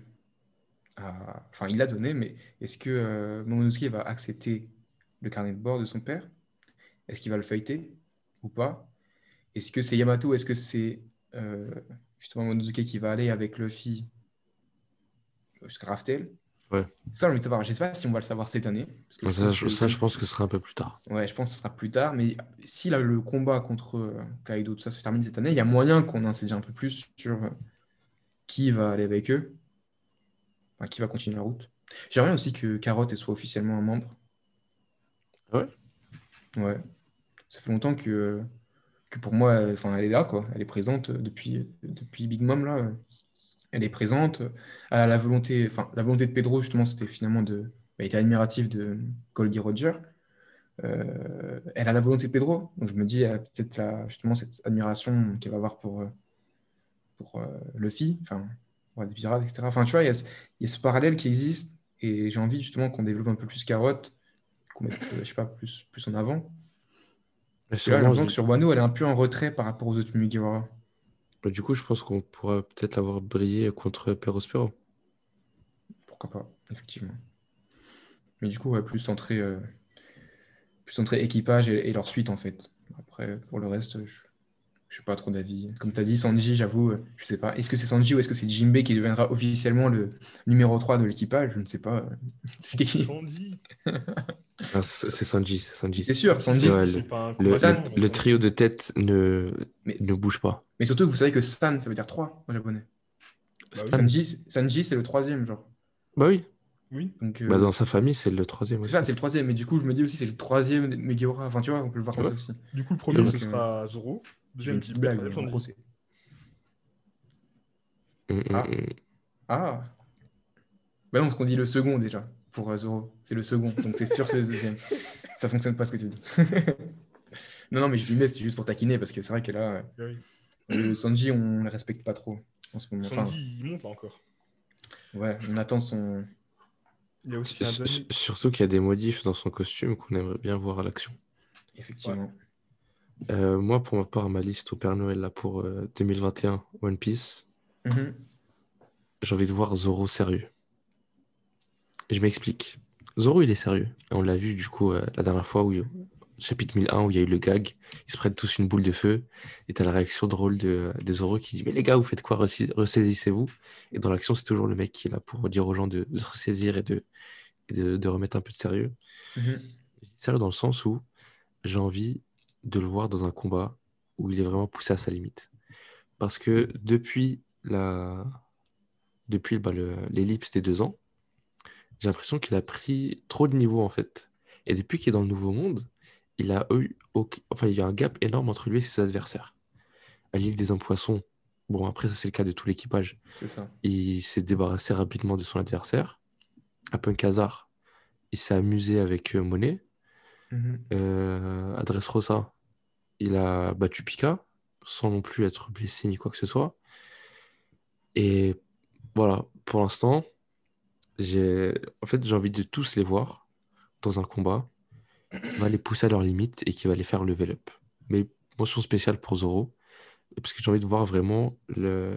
à. Enfin, il l'a donné, mais est-ce que euh, Momonosuke va accepter le carnet de bord de son père? Est-ce qu'il va le feuilleter ou pas? Est-ce que c'est Yamato? Est-ce que c'est euh, justement Momonosuke qui va aller avec Luffy jusqu'à Raftel?
Ouais.
Ça, j'ai envie de savoir. Je ne sais pas si on va le savoir cette année. Parce que je
Ça,
trouve
je,
que
ça,
comme...
je pense que ce sera un peu plus tard.
Ouais, je pense que ce sera plus tard. Mais si là, le combat contre euh, Kaido, tout ça se termine cette année, il y a moyen qu'on en sait déjà un peu plus sur euh, qui va aller avec eux, enfin, qui va continuer la route. J'aimerais aussi que Carotte soit officiellement un membre.
Ouais.
Ouais. Ça fait longtemps que, que pour moi, euh, enfin, elle est là, quoi. Elle est présente euh, depuis, depuis Big Mom, là. euh, Elle est présente. Elle a la volonté, enfin, la volonté de Pedro, justement, c'était finalement de. bah, Elle était admirative de Goldie Roger. Euh, elle a la volonté de Pedro, donc je me dis, elle a peut-être la- justement cette admiration qu'elle va avoir pour, euh, pour euh, Luffy, enfin, pour des pirates, et cetera. Enfin, tu vois, il y a, ce- il y a ce parallèle qui existe, et j'ai envie justement qu'on développe un peu plus Carotte, qu'on mette, euh, je sais pas, plus, plus en avant.
Mais
Parce que là, j'ai
sûrement,
l'impression que
du,
sur Wano, elle est un peu en retrait par rapport aux autres Mugiwara.
du coup, je pense qu'on pourra peut-être l'avoir brillé contre Perospero.
Pourquoi pas, effectivement. Mais du coup, ouais, plus centré, euh, plus centré équipage et, et leur suite, en fait. Après, pour le reste, je Je n'ai pas trop d'avis. Comme tu as dit, Sanji, j'avoue, euh, je sais pas. Est-ce que c'est Sanji ou est-ce que c'est Jinbei qui deviendra officiellement le numéro trois de l'équipage? Je ne sais pas. C'est qui?
Sanji.
Ah, c'est c'est Sanji, c'est Sanji.
C'est sûr,
Parce que,
Sanji.
ouais,
C'est
le,
pas un
le, le,
combattant,
San-
mais
le
Sanji,
trio
c'est-
de tête ne,
Mais,
ne bouge pas.
mais surtout, vous savez que San, ça veut dire trois en japonais.
Bah oui.
Stan?
Sanji, c'est- Sanji, c'est le troisième, genre.
Bah oui.
Oui.
Donc,
Bah,
euh,
dans sa famille, c'est le troisième
c'est
aussi.
ça, c'est le troisième. Mais du coup, je me dis aussi, c'est le troisième des Megiwara. Enfin, tu vois, on peut le voir comme
Ouais.
ça aussi.
Du coup, le
Et
premier,
ouais.
ce
Donc, euh,
sera Zoro.
je fais
Deuxième,
une petite
le
blague, mais
troisième,
en gros,
Sanji.
c'est.
Hum, hum,
Ah,
hum.
ah. Bah non, parce qu'on dit le second déjà, pour euh, Zoro. C'est le second. Donc, c'est sûr, c'est le deuxième. Ça fonctionne pas ce que tu dis. Non, non, mais je dis mais c'était juste pour taquiner parce que c'est vrai que là,
Ah oui.
le Sanji, on ne le respecte pas trop en ce moment. Enfin,
Sanji, il monte là encore.
ouais, on attend son.
Il y a aussi
S-
un dernier.
Surtout qu'il y a des modifs dans son costume qu'on aimerait bien voir à l'action.
Effectivement.
Euh, moi, pour ma part, ma liste au Père Noël là, pour euh, deux mille vingt et un One Piece,
Mhm.
j'ai envie de voir Zoro sérieux. Je m'explique. Zoro, il est sérieux. Et on l'a vu du coup euh, la dernière fois, où, chapitre mille un, où il y a eu le gag. Ils se prennent tous une boule de feu. Et t'as la réaction drôle de, de Zoro qui dit: mais les gars, vous faites quoi? Ressi- Ressaisissez-vous. Et dans l'action, c'est toujours le mec qui est là pour dire aux gens de, de se ressaisir et, de, et de, de remettre un peu de sérieux.
Mhm.
Je dis sérieux dans le sens où j'ai envie de le voir dans un combat où il est vraiment poussé à sa limite. Parce que depuis la depuis bah, le- l'ellipse des deux ans, j'ai l'impression qu'il a pris trop de niveau en fait. Et depuis qu'il est dans le nouveau monde, il a eu, auc- enfin, il y a un gap énorme entre lui et ses adversaires. À l'île des hommes poissons, bon, après, ça, c'est le cas de tout l'équipage.
C'est ça.
Il s'est débarrassé rapidement de son adversaire. À Punk-Hazard, il s'est amusé avec euh, Monet.
Mhm.
Euh, à Dressrosa, il a battu Pika, sans non plus être blessé ni quoi que ce soit. Et voilà, pour l'instant, j'ai en fait, j'ai envie de tous les voir dans un combat qui va les pousser à leurs limites et qui va les faire level up. Mais mention spéciale pour Zoro, parce que j'ai envie de voir vraiment le,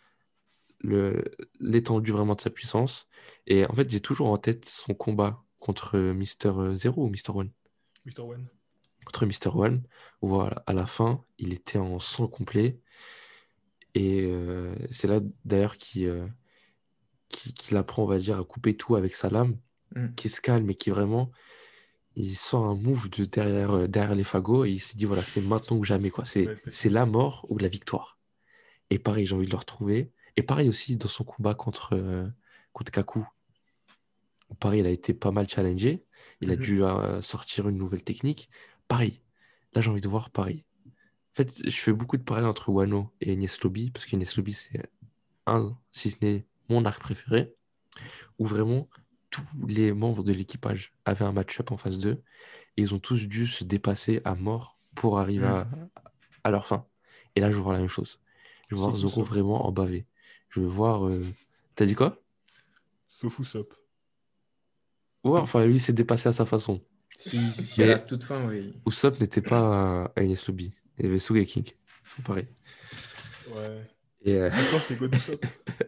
le, l'étendue vraiment de sa puissance. Et en fait, j'ai toujours en tête son combat contre Mister Zero ou Mister One.
Mister One.
Contre Mister One, où voilà, à la fin, il était en sang complet. Et euh, c'est là d'ailleurs qu'il euh, qu'il qu'il apprend, on va dire, à couper tout avec sa lame,
Mm.
qui se calme et qui vraiment, il sort un move de derrière, euh, derrière les fagots et il s'est dit, voilà, c'est maintenant ou jamais, quoi. C'est,
Ouais,
c'est la mort ou la victoire. Et pareil, j'ai envie de le retrouver. Et pareil aussi dans son combat contre, euh, contre Kaku. Où pareil, il a été pas mal challengé. Il a
Mhm.
dû euh, sortir une nouvelle technique. Pareil. Là, j'ai envie de voir pareil. En fait, je fais beaucoup de parallèles entre Wano et Enies Lobby, parce qu'Enies Lobby, c'est un, si ce n'est mon arc préféré, où vraiment tous les membres de l'équipage avaient un match-up en phase deux, et ils ont tous dû se dépasser à mort pour arriver
Mm.
à, à leur fin. Et là, je veux voir la même chose. Je veux
Sauf
voir Zoro
Usopp.
vraiment en bavé. Je veux voir... euh, T'as dit quoi?
Sauf Usopp.
Ouais, enfin, lui, il s'est dépassé à sa façon.
Si, si, si, à la
Mais
toute fin, oui.
Usopp n'était pas à Enies Lobby. Il y avait Sogeking. C'est pareil.
Ouais.
Et, euh,
Maintenant, c'est God Usopp.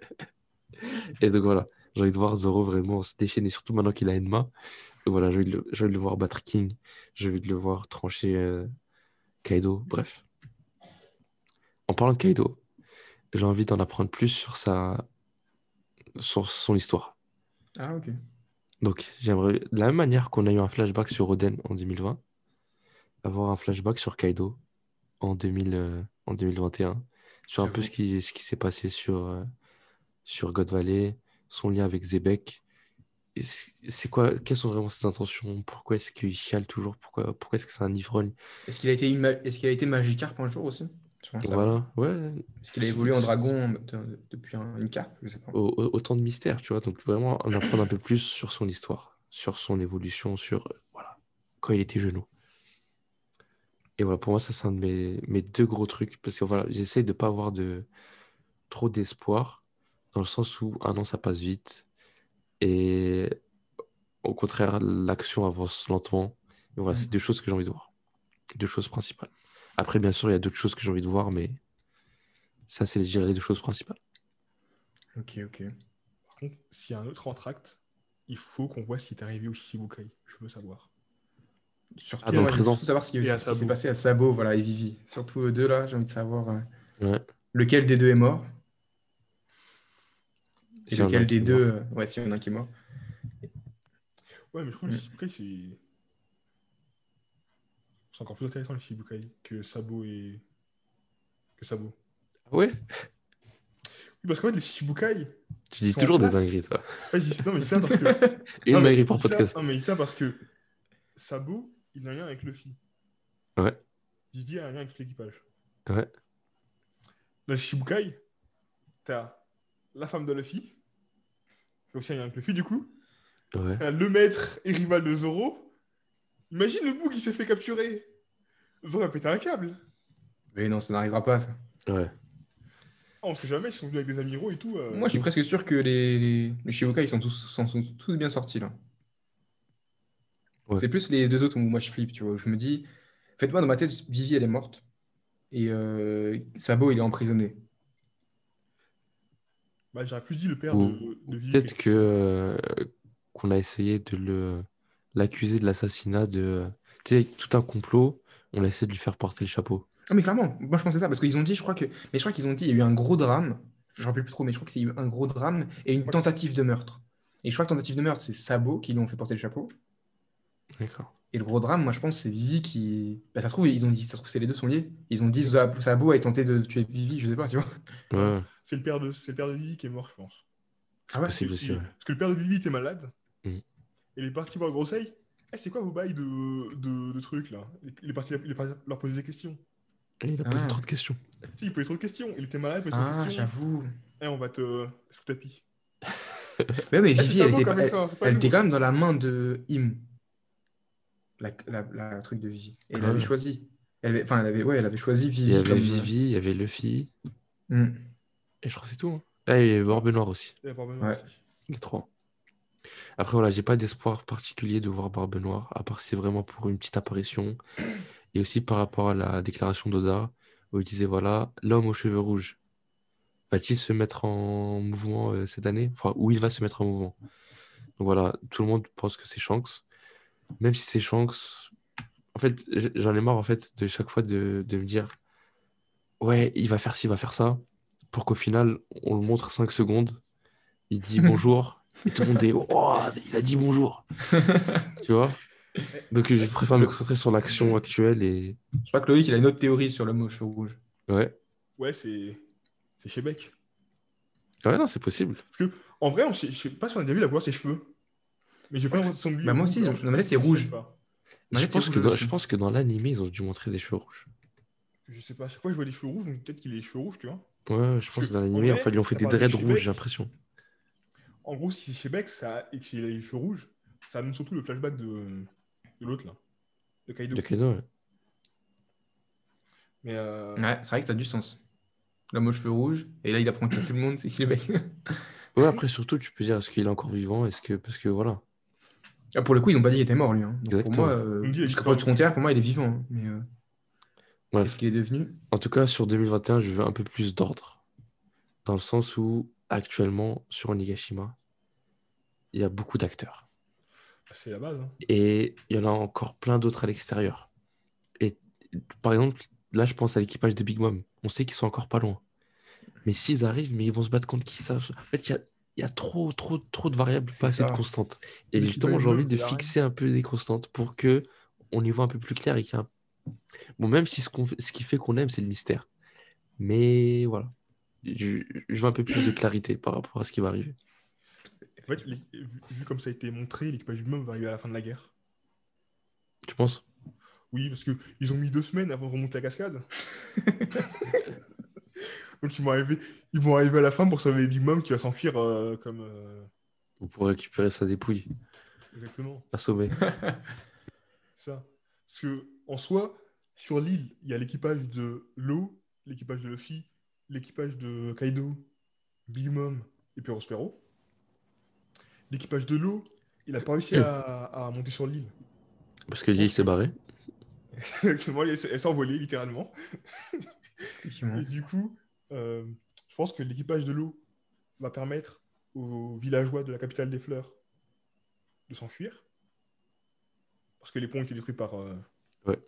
et donc voilà, j'ai envie de voir Zoro vraiment se déchaîner, surtout maintenant qu'il a Enma. Et voilà, j'ai envie de le, j'ai envie de le voir battre King, j'ai envie de le voir trancher euh, Kaido, bref. En parlant de Kaido, j'ai envie d'en apprendre plus sur sa, sur son histoire.
Ah, ok.
Donc j'aimerais, de la même manière qu'on a eu un flashback sur Oden en deux mille vingt, avoir un flashback sur Kaido en deux mille, euh, en deux mille vingt et un, sur un peu
J'avoue.
ce qui, ce qui s'est passé sur, euh, sur God Valley, son lien avec Zebek. Et C'est c'est quoi, quelles sont vraiment ses intentions? Pourquoi est-ce qu'il chiale toujours? Pourquoi, pourquoi est-ce que c'est un ivrogne?
Est-ce qu'il a été, imma- est-ce qu'il a été Magikarp un jour aussi? J'aimerais savoir.
Voilà, ouais.
Est-ce qu'il a
C'est-
évolué en
c'est-
dragon de- depuis un- une carpe? Je sais pas.
au- au- Autant de mystères, tu vois. Donc vraiment en apprendre un peu plus sur son histoire, sur son évolution, sur euh, voilà, quand il était genou. Et voilà, pour moi, ça c'est un de mes, mes deux gros trucs. Parce que voilà, j'essaie de pas avoir de trop d'espoir, dans le sens où un an ça passe vite. Et au contraire, l'action avance lentement. Et voilà, c'est
Mm.
deux choses que j'ai envie de voir. Deux choses principales. Après, bien sûr, il y a d'autres choses que j'ai envie de voir, mais ça, c'est je dirais, les deux choses principales.
Ok, ok.
Par contre, s'il y a un autre entracte, il faut qu'on voit ce qui est arrivé au Shichibukai. Je veux savoir.
Surtout,
Ah, dans le
moi, je veux
présent.
surtout savoir ce qui,
Et à
ce qui s'est
Sabo.
passé à Sabo, voilà, et Vivi. Surtout eux deux là, j'ai envie de savoir euh,
Ouais,
lequel des deux est mort et
s'il y en a un
lequel
qui
des
est
deux,
mort.
euh, ouais, s'il y en a un qui est mort.
Ouais, mais je trouve que
Mm.
le Shichibukai, c'est. C'est encore plus intéressant le Shichibukai que Sabo et. que Sabo.
Ah ouais?
Oui, parce qu'en fait, les Shichibukai,
Tu
ils
dis
sont en
toujours des
place.
dingueries, toi.
Ouais, je dis- non, mais je dis ça parce que.
Une
Non, mais
dinguerie
je
par
dis ça-
podcast.
Non, mais je dis ça parce que Sabo, il a un lien avec Luffy.
Ouais,
Vivi a un lien avec tout l'équipage.
ouais,
Dans le Shichibukai, t'as la femme de Luffy, qui a aussi un lien avec Luffy, du coup.
ouais.
T'as le maître et rival de Zoro. Imagine le bout qui s'est fait capturer. Zoro a pété un câble.
Mais non, ça n'arrivera pas, ça.
Ouais.
Ah, on sait jamais, ils sont venus avec des amiraux et tout. euh.
Moi, je suis presque sûr que les, les, les Shichibukai, ils sont tous, sont, sont tous bien sortis là.
Ouais.
C'est plus les deux autres où moi je flippe, tu vois. Où je me dis, faites-moi dans ma tête, Vivi elle est morte et euh, Sabo il est emprisonné.
Bah, j'aurais plus dit le père
Ou,
de,
ou
de Vivi.
peut-être
qui
que
est-
euh, qu'on a essayé de le l'accuser de l'assassinat de. Tu sais, tout un complot, on a essayé de lui faire porter le chapeau.
Ah, mais clairement, moi je pensais ça parce qu'ils ont dit, je crois que, mais je crois qu'ils ont dit, il y a eu un gros drame. Je ne me rappelle plus trop, mais je crois que c'est eu un gros drame et une
crois que c'est-
tentative de meurtre. Et je crois que tentative de meurtre, c'est Sabo qui lui ont fait porter le chapeau.
D'accord.
Et le gros drame, moi je pense, c'est Vivi qui. Bah, ça se trouve, ils ont dit, ça se trouve, c'est les deux sont liés. Ils ont dit, Zab- Sabo a tenté de tuer Vivi, je sais pas, tu vois.
Ouais,
C'est le père de, c'est le père de Vivi qui est mort, je pense.
c'est
Ah ouais?
possible aussi,
Il-
ouais.
Parce que le père de Vivi était malade. il est parti voir Grosseille. Eh, c'est quoi vos bails de, de, de trucs là? Il est parti il est parti leur poser des questions.
Et il a posé
Ah.
trop de questions.
Si, il posait trop de questions. Il était malade, il posait trop de
Ah,
questions.
j'avoue.
Eh, on va te sous le tapis.
Mais, mais
Eh, c'est
Vivi, elle
Tabo
était,
qui
pas-
avait
elle,
ça, c'est pas
elle
nous.
était quand même dans la main de Im, la, la, la truc de Vivi. Et elle
Ah
avait
ouais.
choisi. Elle avait, enfin, elle avait, ouais, elle avait choisi
Il
Vivi
y avait
comme.
Vivi, il y avait Luffy,
Hmm.
et je crois que c'est tout. Hein. Ah, et Barbe Noire aussi,
Il y a pas besoin
Ouais.
aussi.
les trois. Après, voilà, j'ai pas d'espoir particulier de voir Barbe Noire, à part si c'est vraiment pour une petite apparition. Et aussi par rapport à la déclaration d'Oda, où il disait voilà, l'homme aux cheveux rouges va-t-il se mettre en mouvement euh, cette année? Enfin, où il va se mettre en mouvement. Donc voilà, tout le monde pense que c'est Shanks. Même si c'est Shanks, en fait, j- j'en ai marre en fait de chaque fois de, de me dire ouais, il va faire ci, il va faire ça, pour qu'au final, on le montre cinq secondes, il dit bonjour, et tout le monde est oh, il a dit bonjour, tu vois? Donc je préfère me concentrer sur l'action actuelle et
Je crois que Loïc, il a une autre théorie sur l'homme aux cheveux rouges.
ouais,
Ouais, c'est c'est chez Beck.
ouais, non, c'est possible.
Parce que, en vrai, on- je je sais pas si on a déjà vu la couleur de ses cheveux. Mais j'ai pas
Ouais,
l'impression de lui.
bah, moi
rouge,
aussi,
alors,
dans
je
ma
sais
tête,
pas
c'est
si je
rouge.
sais pas.
Moi,
Je
c'est
pense
rouge
que dans,
aussi.
je pense que dans l'animé, ils ont dû montrer des cheveux rouges.
Je sais pas, à chaque fois que je vois des cheveux rouges, donc peut-être qu'il a les cheveux rouges, tu vois.
Ouais, je
Parce
pense
que,
que dans
en
l'animé,
vrai,
enfin, ils lui ont fait
ça
des
parle de
dreads
chez
rouges,
Beck.
j'ai l'impression.
En gros, si c'est chez Beck ça, et qu'il a les cheveux rouges, ça annonce surtout le flashback de, de l'autre, là, de Kaido.
De Kaido, ouais.
Mais euh,
Ouais, c'est vrai que ça a du sens. L'homme aux cheveux rouges, et là, il apprend qu'il y a tout le monde, c'est qu'il est mec.
Ouais, après, surtout, tu peux dire, est-ce qu'il est encore vivant? Est-ce que... Parce que voilà.
Ah, pour le coup, ils ont pas dit qu'il était mort, lui. Hein. Donc pour moi,
Exactement.
euh,
on me dit, il a
jusqu'à
disparu.
preuve du contraire, pour moi, il est vivant. Hein. Mais euh, qu'est-ce
Bref.
qu'il est devenu?
En tout cas, sur deux mille vingt et un, je veux un peu plus d'ordre. Dans le sens où, actuellement, sur Onigashima, il y a beaucoup d'acteurs.
Bah, c'est la base. Hein.
Et il y en a encore plein d'autres à l'extérieur. Et par exemple, là, je pense à l'équipage de Big Mom. On sait qu'ils sont encore pas loin. Mais s'ils arrivent, mais ils vont se battre contre qui ça? En fait, il y a, il y a trop, trop, trop de variables,
C'est
pas assez de
ça.
constantes. Et
L'équipage
justement, j'ai envie
Love,
de
il y a rien.
fixer un peu des constantes pour que on y voit un peu plus clair et qu'il y a un- Bon, même si ce, qu'on, ce qui fait qu'on aime, c'est le mystère. Mais voilà. Je, je veux un peu plus de clarité par rapport à ce qui va arriver.
En fait, les- vu, vu comme ça a été montré, l'équipage du Mum va arriver à la fin de la guerre.
Tu penses?
Oui, parce qu'ils ont mis deux semaines avant de remonter la cascade. Donc ils vont, arriver, ils vont arriver à la fin pour sauver Big Mom qui va s'enfuir euh, comme... euh,
Ou pour récupérer sa dépouille,
Exactement.
assommée.
Ça. Parce que, en soi, sur l'île, il y a l'équipage de Law, l'équipage de Luffy, l'équipage de Kaido, Big Mom et Perospero. L'équipage de Law, il n'a pas réussi à, à monter sur l'île.
Parce que l'île s'est barrée.
Exactement, elle s'est elle s'est envolée, littéralement.
Effectivement.
Et du coup, euh, je pense que l'équipage de Law va permettre aux villageois de la capitale des fleurs de s'enfuir. Parce que les ponts ont été détruits par euh,
Ouais.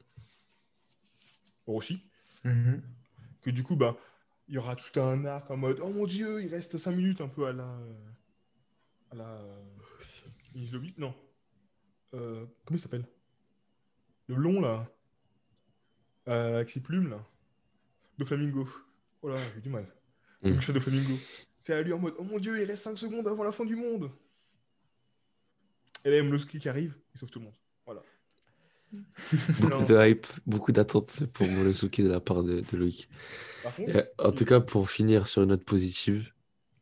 Orochi.
Mhm.
Que du coup, bah, il y aura tout un arc en mode oh mon dieu, il reste cinq minutes, un peu à la. à la. Inish Lobby. Non. Euh, comment il s'appelle? Le long là. Euh, avec ses plumes là. De Flamingo. Oh là, j'ai du mal. Le
Mm.
chat de Flamingo. C'est à lui en mode oh mon dieu, il reste cinq secondes avant la fin du monde. Et là, il y a Moloski qui arrive, il sauve tout le monde. Voilà.
Beaucoup
Non.
de hype, beaucoup d'attentes pour Momonosuke de la part de, de Loïc.
Par contre,
Et, en tout cas, pour finir sur une note positive,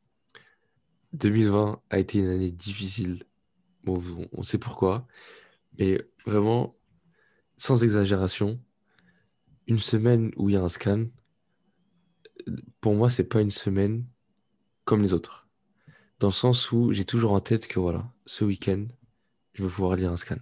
deux mille vingt a été une année difficile. Bon, on- on sait pourquoi. Mais vraiment, sans exagération, une semaine où il y a un scan, pour moi, c'est pas une semaine comme les autres. Dans le sens où j'ai toujours en tête que voilà, ce week-end, je vais pouvoir lire un scan.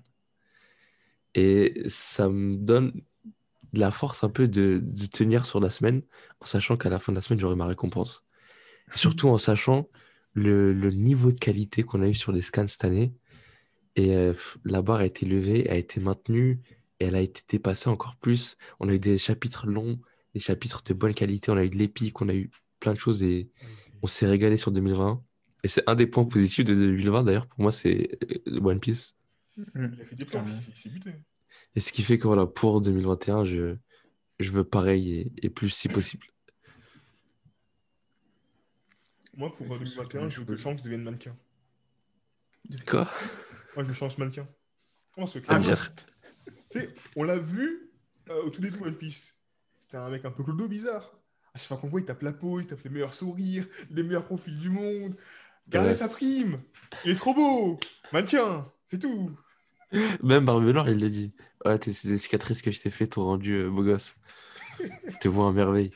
Et ça me donne de la force un peu de, de tenir sur la semaine, en sachant qu'à la fin de la semaine, j'aurai ma récompense. Et surtout en sachant le, le niveau de qualité qu'on a eu sur les scans cette année. Et euh, la barre a été levée, a été maintenue, et elle a été dépassée encore plus. On a eu des chapitres longs, des chapitres de bonne qualité, on a eu de l'épique, on a eu plein de choses, et on s'est régalé sur deux mille vingt. Et c'est un des points positifs de deux mille vingt, d'ailleurs, pour moi, c'est euh, One Piece.
Mhm.
il a fait des plans,
Carrément.
il s'est- il s'est buté.
Et ce qui fait que voilà, pour deux mille vingt et un, je, je veux pareil et, et plus si possible.
Moi, pour
Il faut
euh, deux mille vingt et un, je veux que
surtout-
Shanks devienne mannequin.
Quoi?
Moi, je change mannequin. Oh, ce
Ah,
crème.
bien.
Tu sais, on l'a vu euh, au tout début de One Piece. C'était un mec un peu clodo bizarre. À chaque fois qu'on voit, il tape la peau, il tape les meilleurs sourires, les meilleurs profils du monde. Gardez
Ouais.
sa prime. Il est trop beau. Mannequin, c'est tout.
Même Barbe Noire, il le dit. Ouais, t'es- c'est des cicatrices que je t'ai fait t'ont rendu euh, beau gosse. Je te vois à merveille.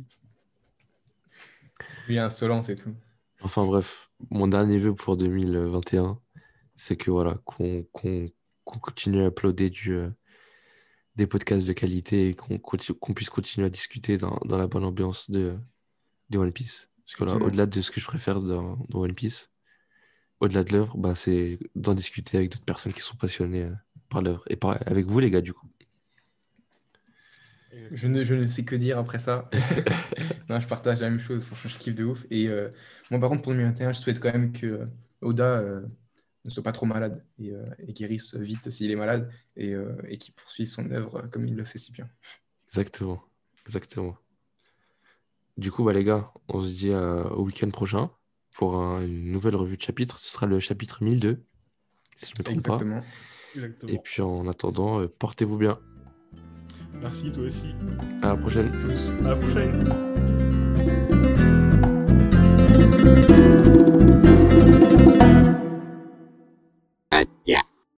Lui, insolent, c'est tout.
Enfin bref, mon dernier vœu pour deux mille vingt et un, c'est que voilà, qu'on qu'on qu'on continue à uploader du, euh, des podcasts de qualité et qu'on conti- qu'on puisse continuer à discuter dans, dans la bonne ambiance de, de One Piece. Parce que là,
Effectivement.
au-delà de ce que je préfère dans, dans One Piece, au-delà de l'œuvre, bah, c'est d'en discuter avec d'autres personnes qui sont passionnées euh, par l'œuvre. Et par- avec vous, les gars, du coup.
Je ne, je ne sais que dire après ça. Non, je partage la même chose. Franchement, je kiffe de ouf. Et euh, moi, par contre, pour deux mille vingt et un, je souhaite quand même que euh, Oda euh, ne soit pas trop malade et, euh, et guérisse vite s'il est malade et, euh, et qu'il poursuive son œuvre euh, comme il le fait si bien.
Exactement. Exactement. Du coup, bah, les gars, on se dit euh, au week-end prochain pour un- une nouvelle revue de chapitre. Ce sera le chapitre mille deux, si je ne me trompe pas.
Exactement.
Exactement.
Et puis en attendant, euh, portez-vous bien.
Merci, toi aussi.
À la prochaine.
À la prochaine.